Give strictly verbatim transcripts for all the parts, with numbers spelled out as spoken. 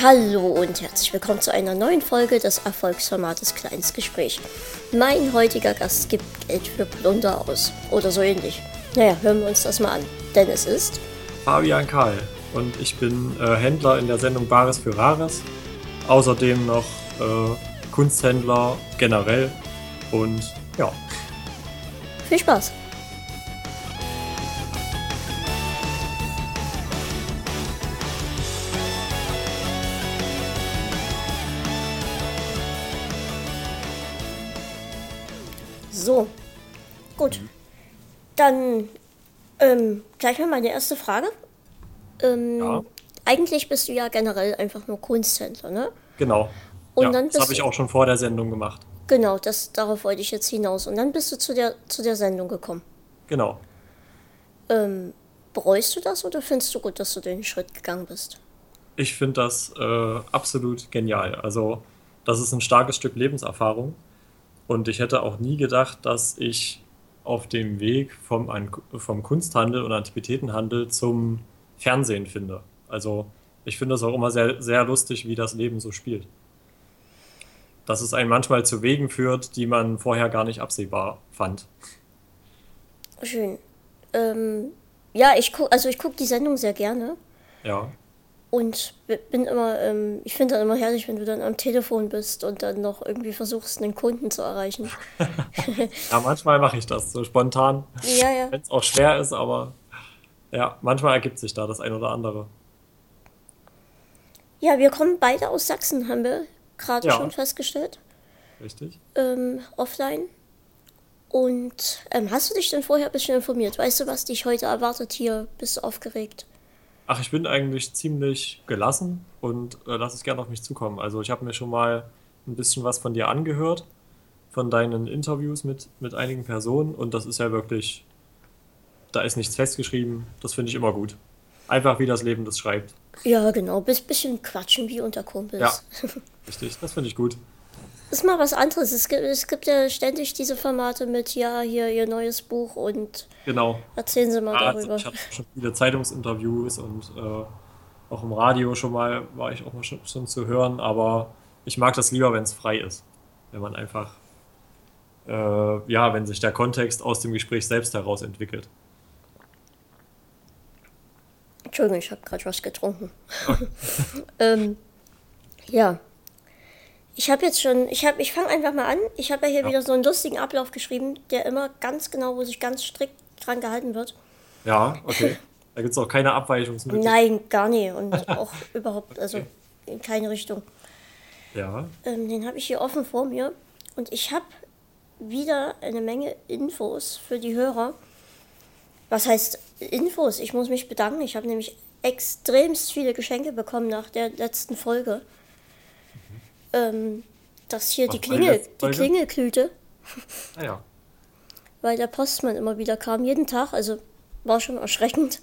Hallo und herzlich willkommen zu einer neuen Folge des Erfolgsformates Kleines Gespräch. Mein heutiger Gast gibt Geld für Plunder aus. Oder so ähnlich. Naja, hören wir uns das mal an. Denn es ist Fabian Kahl und ich bin äh, Händler in der Sendung Bares für Rares. Außerdem noch äh, Kunsthändler generell und ja. Viel Spaß! So, gut. Dann ähm, gleich mal meine erste Frage. Ähm, Ja. Eigentlich bist du ja generell einfach nur Kunsthändler, ne? Genau. Und Ja, dann das bist habe ich du, auch schon vor der Sendung gemacht. genau, das, darauf wollte ich jetzt hinaus. Und dann bist du zu der, zu der Sendung gekommen. Genau. Ähm, Bereust du das oder findest du gut, dass du den Schritt gegangen bist? Ich finde das äh, absolut genial. Also, das ist ein starkes Stück Lebenserfahrung und ich hätte auch nie gedacht, dass ich auf dem Weg vom, ein- vom Kunsthandel und Antiquitätenhandel zum Fernsehen finde. Also, ich finde es auch immer sehr, sehr lustig, wie das Leben so spielt. Dass es einen manchmal zu Wegen führt, die man vorher gar nicht absehbar fand. Schön. Ähm, ja, ich guck, also ich gucke die Sendung sehr gerne Ja. und b- bin immer, ähm, ich finde dann immer herrlich, wenn du dann am Telefon bist und dann noch irgendwie versuchst, einen Kunden zu erreichen. Ja, manchmal mache ich das so spontan, Ja, ja. wenn es auch schwer ist, aber ja, manchmal ergibt sich da das ein oder andere. Ja, wir kommen beide aus Sachsen, haben wir gerade schon Ja, festgestellt, richtig. ähm, offline. Und ähm, hast du dich denn vorher ein bisschen informiert? Weißt du, was dich heute erwartet hier? Bist du aufgeregt? Ach, ich bin eigentlich ziemlich gelassen und äh, lass es gerne auf mich zukommen. Also ich habe mir schon mal ein bisschen was von dir angehört, von deinen Interviews mit, mit einigen Personen und das ist ja wirklich, da ist nichts festgeschrieben, das finde ich immer gut. Einfach wie das Leben das schreibt. Ja, genau, bis bisschen quatschen wie unter Ja, Kumpels. richtig, das finde ich gut. Ist mal was anderes. Es gibt, es gibt ja ständig diese Formate mit, ja, hier ihr neues Buch und Genau. erzählen Sie mal Also darüber. ich hatte schon viele Zeitungsinterviews und äh, auch im Radio schon mal war ich auch mal schon, schon zu hören, aber ich mag das lieber, wenn es frei ist. Wenn man einfach, äh, ja, wenn sich der Kontext aus dem Gespräch selbst heraus entwickelt. Entschuldigung, ich habe gerade was getrunken. Okay. Ähm, ja, ich habe jetzt schon, ich habe, ich fange einfach mal an. Ich habe ja hier Ja, wieder so einen lustigen Ablauf geschrieben, der immer ganz genau, wo sich ganz strikt dran gehalten wird. ja, okay. Da gibt es auch keine Abweichungsmöglichkeit. Nein, gar nicht und auch überhaupt, also Okay. in keine Richtung. Ja, Ähm, den habe ich hier offen vor mir und ich habe wieder eine Menge Infos für die Hörer. Was heißt Infos? Ich muss mich bedanken. Ich habe nämlich extremst viele Geschenke bekommen nach der letzten Folge. Ähm, dass hier die was war die Klingel, letzte die Folge? Klingeltüte, Ah ja, weil der Postmann immer wieder kam, jeden Tag. Also war schon erschreckend.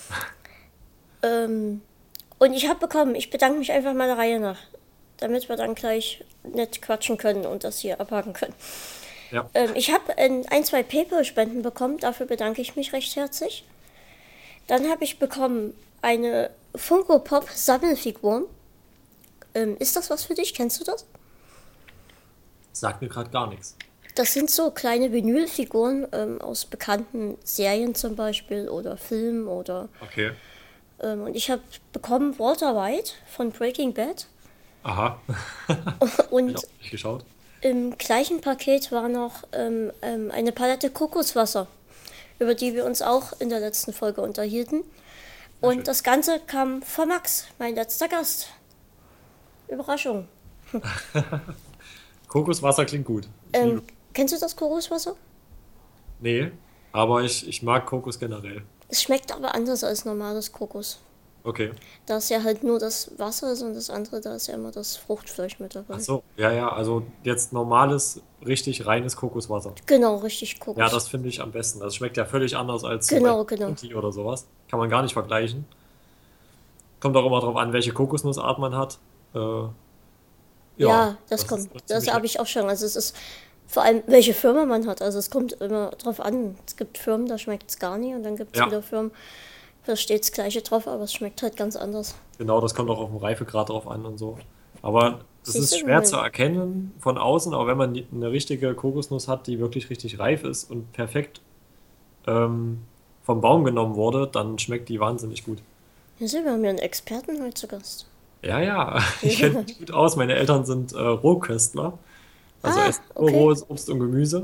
Ähm, und ich habe bekommen, ich bedanke mich einfach mal der Reihe nach, damit wir dann gleich nett quatschen können und das hier abhaken können. ja. Ähm, ich habe ein, ein, zwei PayPal-Spenden bekommen, dafür bedanke ich mich recht herzlich. Dann habe ich bekommen eine Funko Pop Sammelfigur. Ähm, ist das was für dich? Kennst du das? Sagt mir gerade gar nichts. Das sind so kleine Vinylfiguren ähm, aus bekannten Serien zum Beispiel oder Filmen oder Okay. ähm, und ich habe bekommen Walter White von Breaking Bad Aha. Hab ich auch und nicht geschaut. im gleichen Paket war noch ähm, ähm, eine Palette Kokoswasser, über die wir uns auch in der letzten Folge unterhielten. Sehr Und schön. das Ganze kam von Max, mein letzter Gast. Überraschung. Kokoswasser klingt gut. Ich Ähm, liebe. Kennst du das Kokoswasser? Nee, aber ich, ich mag Kokos generell. Es schmeckt aber anders als normales Kokos. Okay. Da ist ja halt nur das Wasser und das andere, da ist ja immer das Fruchtfleisch mit Ach dabei. so, ja, ja, also jetzt normales, richtig reines Kokoswasser. Genau, richtig Ja, Kokos. das finde ich am besten. Das schmeckt ja völlig anders als zum Beispiel Genau, genau. Venti oder sowas. Kann man gar nicht vergleichen. Kommt auch immer drauf an, welche Kokosnussart man hat. Äh, ja, Ja, das das ist kommt. Das ziemlich habe lecker. ich auch schon. Also es ist vor allem, welche Firma man hat. Also es kommt immer drauf an. Es gibt Firmen, da schmeckt es gar nicht. Und dann gibt es Ja, wieder Firmen, Da steht das Gleiche drauf, aber es schmeckt halt ganz anders. Genau, das kommt auch auf den Reifegrad drauf an und so. Aber es Siehst ist du schwer zu mal. erkennen von außen, aber wenn man die- eine richtige Kokosnuss hat, die wirklich richtig reif ist und perfekt ähm, vom Baum genommen wurde, dann schmeckt die wahnsinnig gut. Ja, sieh, wir haben ja einen Experten heute zu Gast. Ja, ja, ich kenne mich gut aus. Meine Eltern sind äh, Rohköstler, also Ah, essen nur okay. rohes Obst und Gemüse.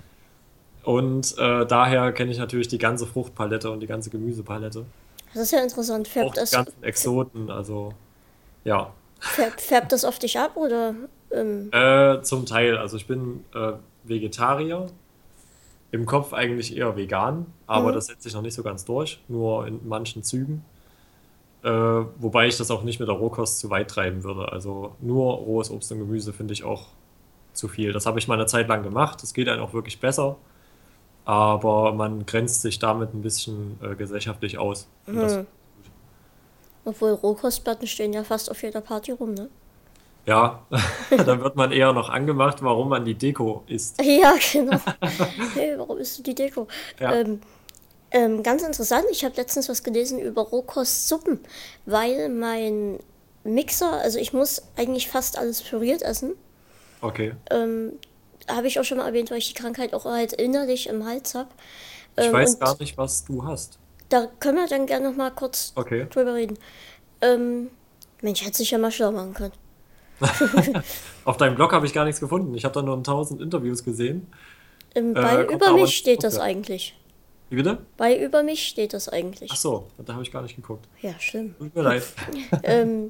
Und äh, daher kenne ich natürlich die ganze Fruchtpalette und die ganze Gemüsepalette. Das ist ja interessant. Auch Färbt die das, ganzen Exoten, also ja. färbt, färbt das auf dich ab oder? Ähm, Äh, zum Teil, also ich bin äh, Vegetarier, im Kopf eigentlich eher vegan, aber hm? das setzt sich noch nicht so ganz durch, nur in manchen Zügen. Äh, wobei ich das auch nicht mit der Rohkost zu weit treiben würde. Also nur rohes Obst und Gemüse finde ich auch zu viel. Das habe ich mal eine Zeit lang gemacht, das geht einem auch wirklich besser, aber man grenzt sich damit ein bisschen äh, gesellschaftlich aus. Und das, Obwohl Rohkostplatten stehen ja fast auf jeder Party rum, ne? ja, dann wird man eher noch angemacht, warum man die Deko isst. Ja, genau. Hey, warum ist die Deko? Ja, Ähm, ähm, ganz interessant, ich habe letztens was gelesen über Rohkostsuppen, weil mein Mixer, also ich muss eigentlich fast alles püriert essen. okay. Habe ich auch schon mal erwähnt, weil ich die Krankheit auch halt innerlich im Hals habe. Ich Ähm, weiß und gar nicht, was du hast. da können wir dann gerne noch mal kurz Okay. drüber reden. Ähm, Mensch, hätte sich ja mal schlau machen können. Auf deinem Blog habe ich gar nichts gefunden. Ich habe da nur tausend Interviews gesehen. Ähm, bei Äh, kommt über da aber mich nicht steht drauf, das ja. eigentlich. Wie bitte? Bei über mich steht das Ach eigentlich. so, da habe ich gar nicht geguckt. Ja, schlimm. Tut mir leid. Ähm,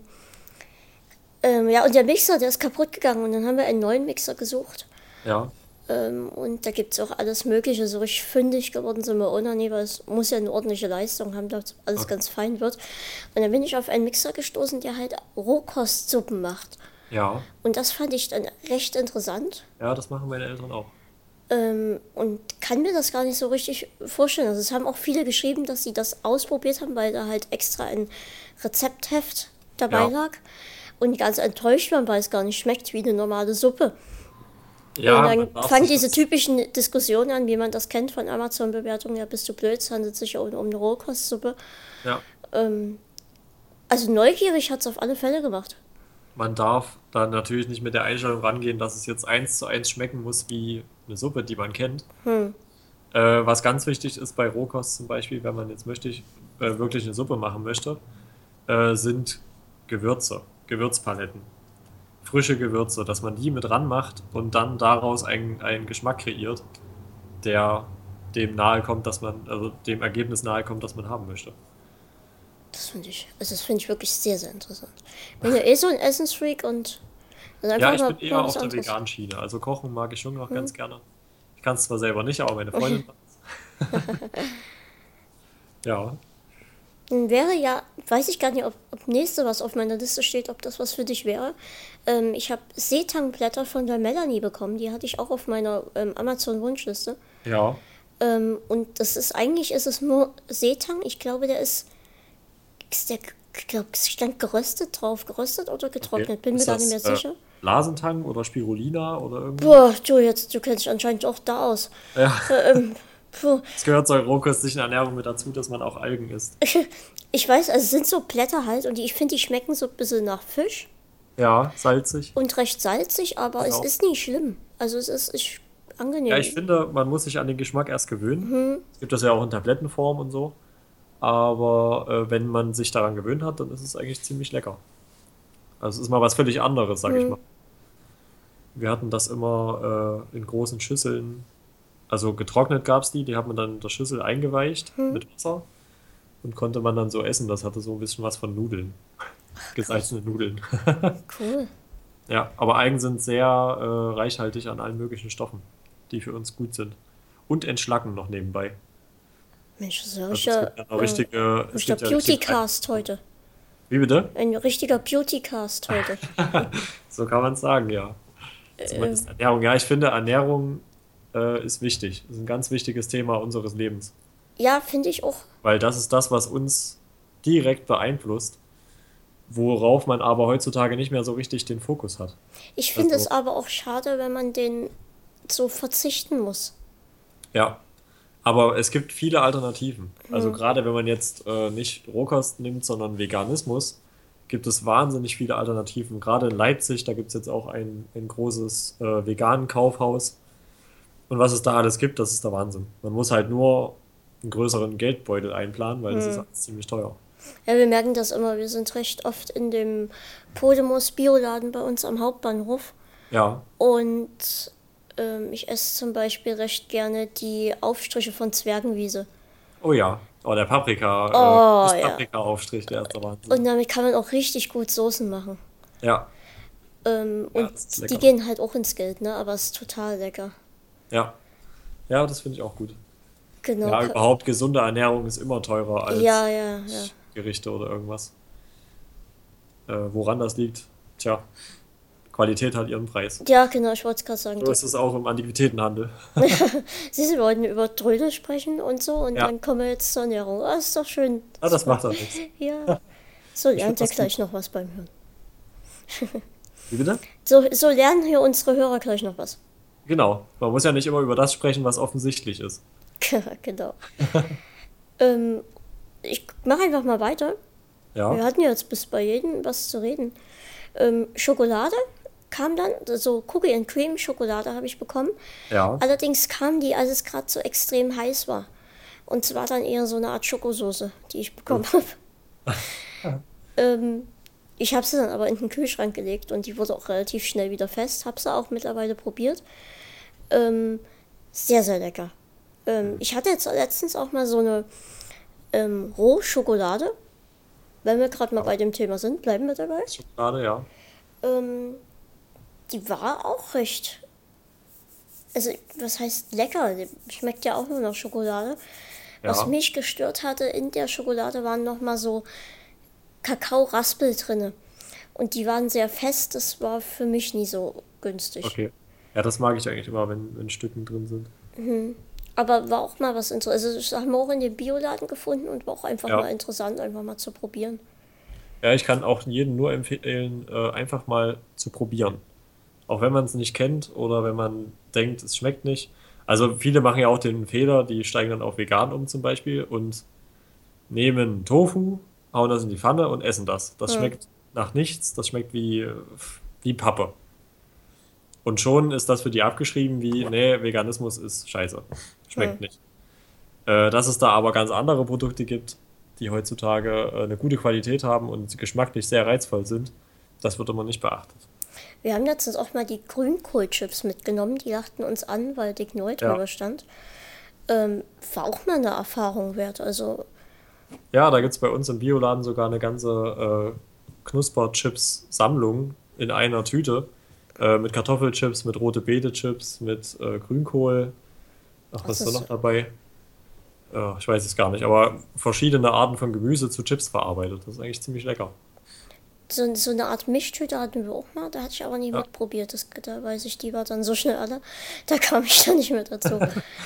ähm, ja, und der Mixer, der ist kaputt gegangen und dann haben wir einen neuen Mixer gesucht. Ja, Ähm, und da gibt es auch alles Mögliche. So richtig fündig geworden sind wir auch noch nie, weil es muss ja eine ordentliche Leistung haben, dass alles okay. ganz fein wird. Und dann bin ich auf einen Mixer gestoßen, der halt Rohkostsuppen macht. Ja, Und das fand ich dann recht interessant. ja, das machen meine Eltern auch. Ähm, und kann mir das gar nicht so richtig vorstellen. Also es haben auch viele geschrieben, dass sie das ausprobiert haben, weil da halt extra ein Rezeptheft dabei Ja, lag. Und ganz enttäuscht waren, weil es gar nicht schmeckt wie eine normale Suppe. Und ja, dann man darf fangen sich diese das. typischen Diskussionen an, wie man das kennt von Amazon-Bewertungen. Ja, bist du blöd, es handelt sich ja um, um eine Rohkostsuppe. Ja, Also neugierig hat es auf alle Fälle gemacht. man darf da natürlich nicht mit der Einstellung rangehen, dass es jetzt eins zu eins schmecken muss wie eine Suppe, die man kennt. Äh, was ganz wichtig ist bei Rohkost zum Beispiel, wenn man jetzt möchte, äh, wirklich eine Suppe machen möchte, äh, sind Gewürze, Gewürzpaletten. Frische Gewürze, dass man die mit ranmacht und dann daraus einen, einen Geschmack kreiert, der dem nahe kommt, dass man, also dem Ergebnis nahe kommt, das man haben möchte. Das finde ich, also das finde ich wirklich sehr, sehr interessant. Bin ja eh so ein Essensfreak und das ist Ja, einfach ich mal, bin eher mal was auf der anderes. veganen Schiene. Also kochen mag ich schon noch ganz gerne. Ich kann es zwar selber nicht, aber meine Freundin macht es. Ja, Dann wäre ja, weiß ich gar nicht, ob, ob nächste was auf meiner Liste steht, ob das was für dich wäre. Ähm, ich habe Seetangblätter von der Melanie bekommen, die hatte ich auch auf meiner ähm, Amazon-Wunschliste. ja, Ähm, und das ist, eigentlich ist es nur Seetang. Ich glaube, der ist, ist der, ich glaube, es stand geröstet drauf, geröstet oder okay. getrocknet, bin mir Ist gar nicht das mehr äh, sicher. Blasentang oder Spirulina oder irgendwas? Boah, du jetzt, du kennst dich anscheinend auch da aus. Ja, Ähm, puh. es gehört zur rohköstlichen Ernährung mit dazu, dass man auch Algen isst. Ich weiß, also es sind so Blätter halt und die, ich finde, die schmecken so ein bisschen nach Fisch Ja, salzig. und recht salzig, aber es Genau. ist nicht schlimm. Also es ist, ist Ja, ich angenehm. finde, man muss sich an den Geschmack erst gewöhnen. Es gibt das ja auch in Tablettenform und so. Aber äh, wenn man sich daran gewöhnt hat, dann ist es eigentlich ziemlich lecker. Also es ist mal was völlig anderes, sag ich mal. Wir hatten das immer äh, in großen Schüsseln. Also getrocknet gab es die, die hat man dann in der Schüssel eingeweicht mit Wasser und konnte man dann so essen. Das hatte so ein bisschen was von Nudeln. Gesalzene Nudeln. Cool. Ja, aber Algen sind sehr äh, reichhaltig an allen möglichen Stoffen, die für uns gut sind. Und entschlacken noch nebenbei. Mensch, das ist ja Also es richtiger, gibt ja noch äh, richtige, es richtiger gibt ja richtig. Beauty-Cast heute. Wie bitte? Ein richtiger Beauty-Cast heute. So kann man es sagen, ja. Zumindest Ernährung. Ja, ich finde, Ernährung äh, ist wichtig. Das ist ein ganz wichtiges Thema unseres Lebens. Ja, finde ich auch. Weil das ist das, was uns direkt beeinflusst, worauf man aber heutzutage nicht mehr so richtig den Fokus hat. Ich finde es Also, aber auch schade, wenn man den so verzichten muss. ja. Aber es gibt viele Alternativen. Also Hm. gerade wenn man jetzt äh, nicht Rohkost nimmt, sondern Veganismus, gibt es wahnsinnig viele Alternativen. Gerade in Leipzig, da gibt es jetzt auch ein, ein großes äh, veganen Kaufhaus. Und was es da alles gibt, das ist der Wahnsinn. Man muss halt nur einen größeren Geldbeutel einplanen, weil das ist Hm. alles ziemlich teuer. Ja, wir merken das immer. Wir sind recht oft in dem Podemos Bioladen bei uns am Hauptbahnhof. Ja, Und ähm, ich esse zum Beispiel recht gerne die Aufstriche von Zwergenwiese. oh ja. Oh, der Paprika, äh, Oh ja. Paprika-Aufstrich, der ist der Und Wahnsinn. damit kann man auch richtig gut Soßen machen. Ja, Ähm, ja, und das ist die lecker. gehen halt auch ins Geld, ne? Aber es ist total lecker. Ja, ja, das finde ich auch gut. Genau. Ja, ka- überhaupt gesunde Ernährung ist immer teurer Ja, als ja, ja. Gerichte oder irgendwas. Äh, woran das liegt? Tja, Qualität hat ihren Preis. Ja, genau, ich wollte es gerade sagen. So Die, ist es auch im Antiquitätenhandel. Sie wollten über Trödel sprechen und so und Ja, dann kommen wir jetzt zur Ernährung. Ah, ist doch schön. ah, das Super. macht doch nichts. Ja. So Ich lernt finde er das gut. gleich noch was beim Hören. Wie bitte? So, so lernen hier unsere Hörer gleich noch was. Genau. Man muss ja nicht immer über das sprechen, was offensichtlich ist. Genau. Ähm, ich mache einfach mal weiter. Wir Ja, hatten ja jetzt bis bei jedem was zu reden. Ähm, Schokolade kam dann, so Cookie and Cream Schokolade habe ich bekommen. ja. Allerdings kam die, als es gerade so extrem heiß war. Und es war dann eher so eine Art Schokosoße, die ich bekommen Uff. habe. Ähm, ich habe sie dann aber in den Kühlschrank gelegt und die wurde auch relativ schnell wieder fest. Habe sie auch mittlerweile probiert. Ähm, sehr, sehr lecker. Ähm, ich hatte jetzt letztens auch mal so eine ähm, Rohschokolade. Wenn wir gerade mal Ja, bei dem Thema sind, bleiben wir dabei. Schokolade, ja. Ähm, die war auch recht, also was heißt lecker? Die schmeckt ja auch nur nach Schokolade. Was Ja, mich gestört hatte in der Schokolade waren nochmal so Kakao-Raspel drinne. Und die waren sehr fest, das war für mich nie so günstig. okay. Ja, das mag ich eigentlich immer, wenn, wenn Stücken drin sind. Aber war auch mal was Interessantes. Also das haben wir auch in dem Bioladen gefunden und war auch einfach mal Ja. interessant, einfach mal zu probieren. Ja, ich kann auch jedem nur empfehlen, äh, einfach mal zu probieren. Auch wenn man es nicht kennt oder wenn man denkt, es schmeckt nicht. Also viele machen ja auch den Fehler, die steigen dann auf vegan um zum Beispiel und nehmen Tofu, hauen das in die Pfanne und essen das. Das Hm, schmeckt nach nichts, das schmeckt wie, äh, wie Pappe. Und schon ist das für die abgeschrieben wie, nee, Veganismus ist scheiße. hm. Schmeckt nicht. Äh, dass es da aber ganz andere Produkte gibt, die heutzutage äh, eine gute Qualität haben und geschmacklich sehr reizvoll sind, das wird immer nicht beachtet. Wir haben letztens auch mal die Grünkohlchips mitgenommen. Die lachten uns an, weil Dick Neu Ja. drüber stand. Ähm, war auch mal eine Erfahrung wert. Also, Ja, da gibt es bei uns im Bioladen sogar eine ganze äh, Knusperchips-Sammlung in einer Tüte. Äh, mit Kartoffelchips, mit rote Beete-Chips, mit äh, Grünkohl. Ach, was das ist da noch ist dabei? Äh, ich weiß es gar nicht, aber verschiedene Arten von Gemüse zu Chips verarbeitet. Das ist eigentlich ziemlich lecker. so, so eine Art Mischtüte hatten wir auch mal. Da hatte ich aber nie Ja, mitprobiert. Das, da weiß ich, die war dann so schnell alle. Da kam ich dann nicht mehr dazu.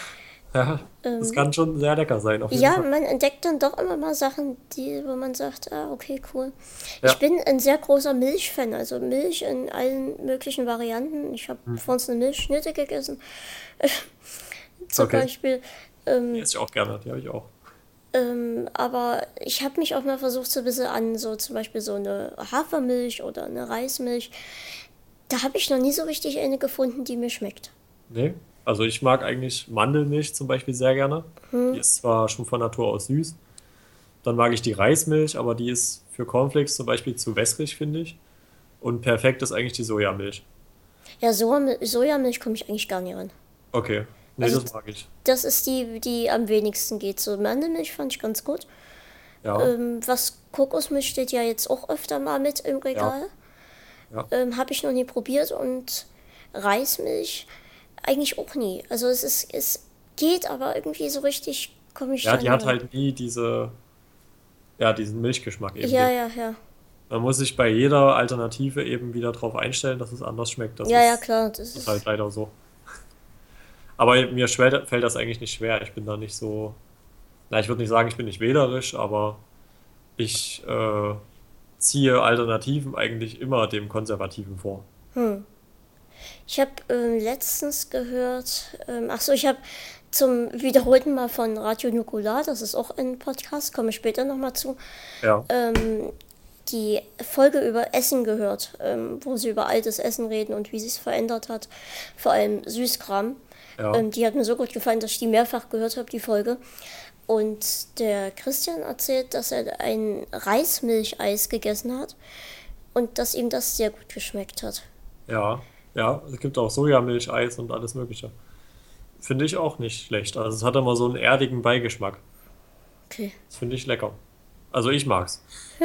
ja, das Ähm, kann schon sehr lecker sein, auf jeden Ja, Fall. man entdeckt dann doch immer mal Sachen, die, wo man sagt, ah, okay, cool. Ich Ja, bin ein sehr großer Milchfan, also Milch in allen möglichen Varianten. Ich habe hm, vorhin eine Milchschnitte gegessen, zum okay. Beispiel. Die Ähm, esse ich auch gerne, die habe ich auch. ähm, aber ich habe mich auch mal versucht, so ein bisschen an so zum Beispiel so eine Hafermilch oder eine Reismilch. Da habe ich noch nie so richtig eine gefunden, die mir schmeckt. Nee, also ich mag eigentlich Mandelmilch zum Beispiel sehr gerne. Die ist zwar schon von Natur aus süß. Dann mag ich die Reismilch, aber die ist für Cornflakes zum Beispiel zu wässrig, finde ich. Und perfekt ist eigentlich die Sojamilch. Ja, Sojamil Sojamilch komme ich eigentlich gar nicht ran. Okay, nee, Also das mag ich. das ist die, die am wenigsten geht. So Mandelmilch fand ich ganz gut. Ja, Ähm, was Kokosmilch steht ja jetzt auch öfter mal mit im ja, Regal. ja. Ähm, habe ich noch nie probiert und Reismilch eigentlich auch nie. Also es ist, es geht, aber irgendwie so richtig komme ich Ja, da die nie hat ran. halt nie diese, ja, diesen Milchgeschmack eben, Ja, den. ja, ja. Man muss sich bei jeder Alternative eben wieder darauf einstellen, dass es anders schmeckt. Das Ja, ja, ist, klar. Das ist halt ist. leider so. Aber mir schwer, fällt das eigentlich nicht schwer. Ich bin da nicht so, na, ich würde nicht sagen, ich bin nicht wählerisch, aber ich äh, ziehe Alternativen eigentlich immer dem Konservativen vor. Ich habe ähm, letztens gehört, ähm, ach so, ich habe zum wiederholten Mal von Radio Nukular, das ist auch ein Podcast, komme ich später nochmal zu, Ja, ähm, die Folge über Essen gehört, ähm, wo sie über altes Essen reden und wie sich es verändert hat, vor allem Süßkram. ja, Ähm, die hat mir so gut gefallen, dass ich die mehrfach gehört habe, die Folge. Und der Christian erzählt, dass er ein Reismilcheis gegessen hat und dass ihm das sehr gut geschmeckt hat. ja, ja. Es gibt auch Sojamilch-Eis und alles Mögliche. Finde ich auch nicht schlecht. Also es hat immer so einen erdigen Beigeschmack. Okay. Das finde ich lecker. Also ich mag's.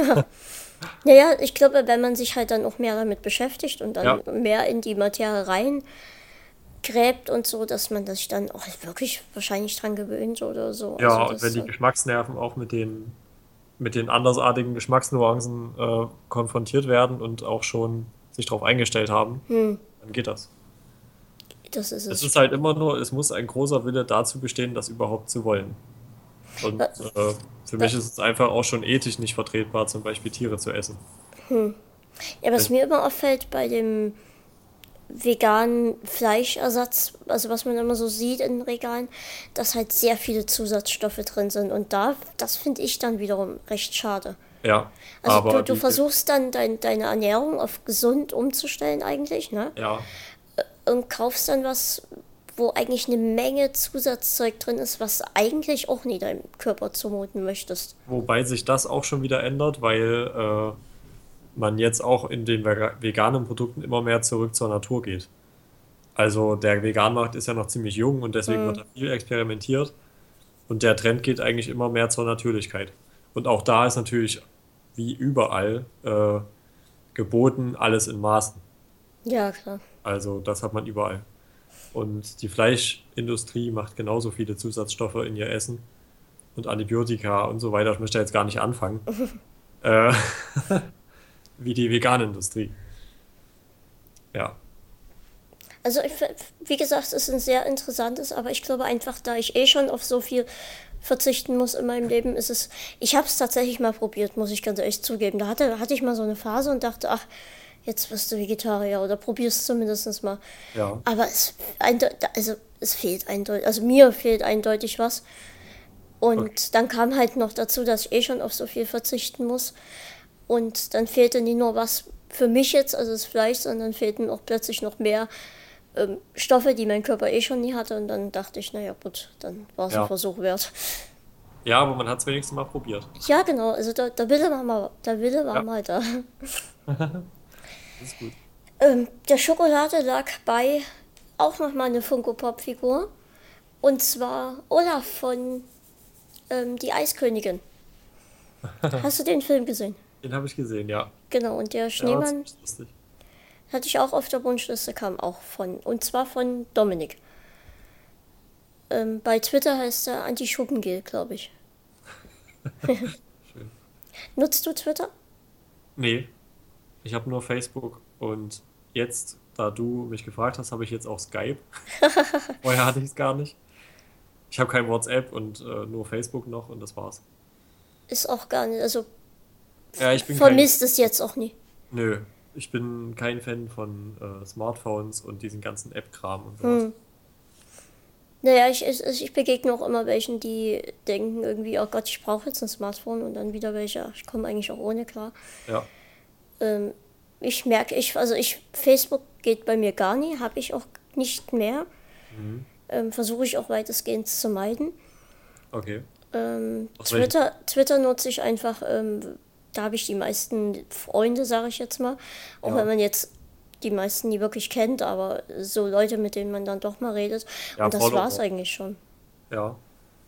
Naja, ich glaube, wenn man sich halt dann auch mehr damit beschäftigt und dann Ja, mehr in die Materie rein gräbt und so, dass man sich dann auch wirklich wahrscheinlich dran gewöhnt oder so. ja, Also und wenn das, die äh, Geschmacksnerven auch mit den, mit den andersartigen Geschmacksnuancen äh, konfrontiert werden und auch schon sich darauf eingestellt haben, dann geht das. das ist Es es. ist halt immer nur, es muss ein großer Wille dazu bestehen, das überhaupt zu wollen. Und Wa- äh, für wa- mich ist es einfach auch schon ethisch nicht vertretbar, zum Beispiel Tiere zu essen. Ja, was Es, mir immer auffällt bei dem veganen Fleischersatz, also was man immer so sieht in den Regalen, dass halt sehr viele Zusatzstoffe drin sind. Und da, das finde ich dann wiederum recht schade. ja, Also du, aber du die, versuchst dann dein, deine Ernährung auf gesund umzustellen eigentlich, ne? ja, Und kaufst dann was, wo eigentlich eine Menge Zusatzzeug drin ist, was eigentlich auch nie deinem Körper zumuten möchtest. wobei sich das auch schon wieder ändert, weil äh, man jetzt auch in den vega- veganen Produkten immer mehr zurück zur Natur geht. Also der Veganmarkt ist ja noch ziemlich jung und deswegen wird da viel experimentiert und der Trend geht eigentlich immer mehr zur Natürlichkeit. Und auch da ist natürlich wie überall äh, geboten, alles in Maßen. Ja, klar. Also das hat man überall. Und die Fleischindustrie macht genauso viele Zusatzstoffe in ihr Essen und Antibiotika und so weiter. Ich möchte jetzt gar nicht anfangen. Äh, wie die Veganindustrie. Ja, Also ich, wie gesagt, es ist ein sehr interessantes, aber ich glaube einfach, da ich eh schon auf so viel verzichten muss in meinem Leben, ist es, ich habe es tatsächlich mal probiert, muss ich ganz ehrlich zugeben. Da hatte, hatte ich mal so eine Phase und dachte, ach, jetzt wirst du Vegetarier oder probierst zumindest mal. ja, Aber es, also, es fehlt eindeutig, also mir fehlt eindeutig was. okay. Und dann kam halt noch dazu, dass ich eh schon auf so viel verzichten muss. Und dann fehlte nicht nur was für mich jetzt, also das Fleisch, sondern fehlten auch plötzlich noch mehr ähm, Stoffe, die mein Körper eh schon nie hatte. Und dann dachte ich, naja gut, dann war es ein Ja. Versuch wert. Ja, aber man hat es wenigstens mal probiert. Ja, genau, also der, der Wille war mal, der Wille war Ja, mal da. das ist gut. Ähm, der Schokolade lag bei auch nochmal eine Funko-Pop-Figur. Und zwar Olaf von ähm, Die Eiskönigin. Hast du den Film gesehen? Den habe ich gesehen, ja. Genau, und der Der war Schneemann ziemlich lustig. hatte ich auch auf der Wunschliste, kam auch von. Und zwar von Dominik. Ähm, bei Twitter heißt er Anti-Schuppengel, glaube ich. Schön. Nutzt du Twitter? Nee, ich habe nur Facebook und jetzt, da du mich gefragt hast, habe ich jetzt auch Skype. Vorher hatte ich es gar nicht. Ich habe kein WhatsApp und äh, nur Facebook noch und das war's. Ist auch gar nicht, also Ja, ich bin kein, vermisst es jetzt auch nie. nö, ich bin kein Fan von äh, Smartphones und diesen ganzen App-Kram und sowas. Naja, ich, ich, ich begegne auch immer welchen, die denken irgendwie, oh Gott, ich brauche jetzt ein Smartphone und dann wieder welche, ach, ich komme eigentlich auch ohne klar. Ja, Ähm, ich merke, ich, also ich, Facebook geht bei mir gar nie, habe ich auch nicht mehr. mhm. Ähm, Versuche ich auch weitestgehend zu meiden. Okay. Ähm, Aus welchem? Twitter, Twitter nutze ich einfach, ähm, da habe ich die meisten Freunde, sage ich jetzt mal. Auch wenn Ja, man jetzt die meisten nie wirklich kennt, aber so Leute, mit denen man dann doch mal redet. ja, Und das war es Follower. eigentlich schon. Ja.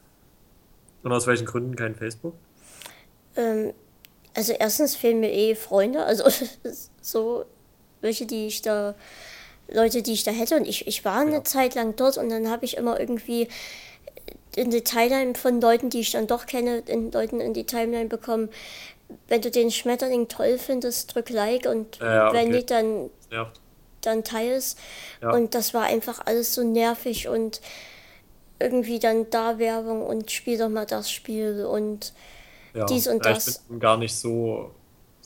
Und aus welchen Gründen kein Facebook? Ähm, also erstens fehlen mir eh Freunde, also so welche, die ich da, Leute, die ich da hätte. Und ich, ich war eine Ja. Zeit lang dort und dann habe ich immer irgendwie in die Timeline von Leuten, die ich dann doch kenne, in Leuten in die Timeline bekommen, wenn du den Schmetterling toll findest, drück Like und Ja, ja, wenn okay. nicht, dann, Das nervt. dann teils. Ja, Und das war einfach alles so nervig und irgendwie dann da Werbung und spiel doch mal das Spiel und ja. dies und Ja, ich das. bin gar nicht so,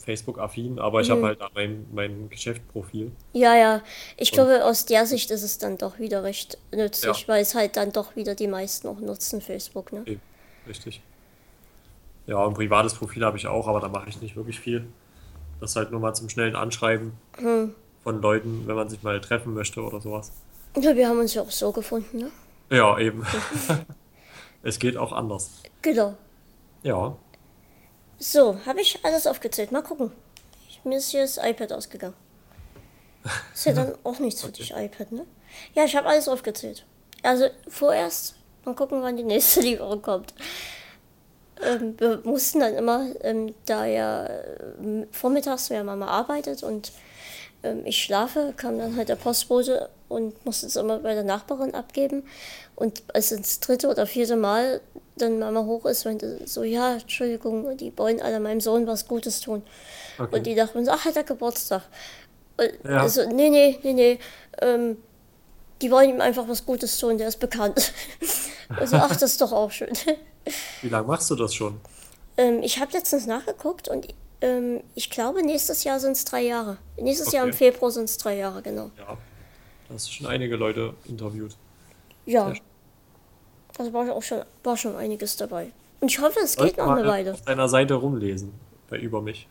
Facebook-affin, aber ich habe Mhm. halt da mein, mein Geschäftsprofil. Ja, ja. Ich Und glaube, aus der Sicht ist es dann doch wieder recht ja, nützlich, weil es halt dann doch wieder die meisten auch nutzen, Facebook, ne? eben, richtig. Ja, ein privates Profil habe ich auch, aber da mache ich nicht wirklich viel. Das halt nur mal zum schnellen Anschreiben von Leuten, wenn man sich mal treffen möchte oder sowas. Ja, wir haben uns ja auch so gefunden, ne? Ja, eben. Es geht auch anders. Genau. Ja, So, habe ich alles aufgezählt. Mal gucken. Ich, mir ist hier das iPad ausgegangen. Ist ja dann auch nichts für okay. dich, iPad, ne? Ja, ich habe alles aufgezählt. Also vorerst, mal gucken, wann die nächste Lieferung kommt. Ähm, wir mussten dann immer, ähm, da ja ähm, vormittags ja Mama arbeitet und ähm, ich schlafe, kam dann halt der Postbote und musste es immer bei der Nachbarin abgeben. Und als ins dritte oder vierte Mal dann Mama hoch ist, meinte so, ja, Entschuldigung, die wollen alle meinem Sohn was Gutes tun. Und Okay. die dachten so, ach, hat er Geburtstag. Und Ja. so, nee, nee, nee, nee, ähm, die wollen ihm einfach was Gutes tun, der ist bekannt. Und so, ach, das ist doch auch schön. Wie lange machst du das schon? Ähm, ich habe letztens nachgeguckt und ähm, ich glaube, nächstes Jahr sind es drei Jahre. Nächstes Jahr im Okay. Februar sind es drei Jahre, genau. Ja, da hast du schon einige Leute interviewt. Sehr Ja, schön. also war auch schon, war schon einiges dabei. Und ich hoffe, es geht Sollte noch eine mal Weile. auf deiner Seite rumlesen, bei über mich.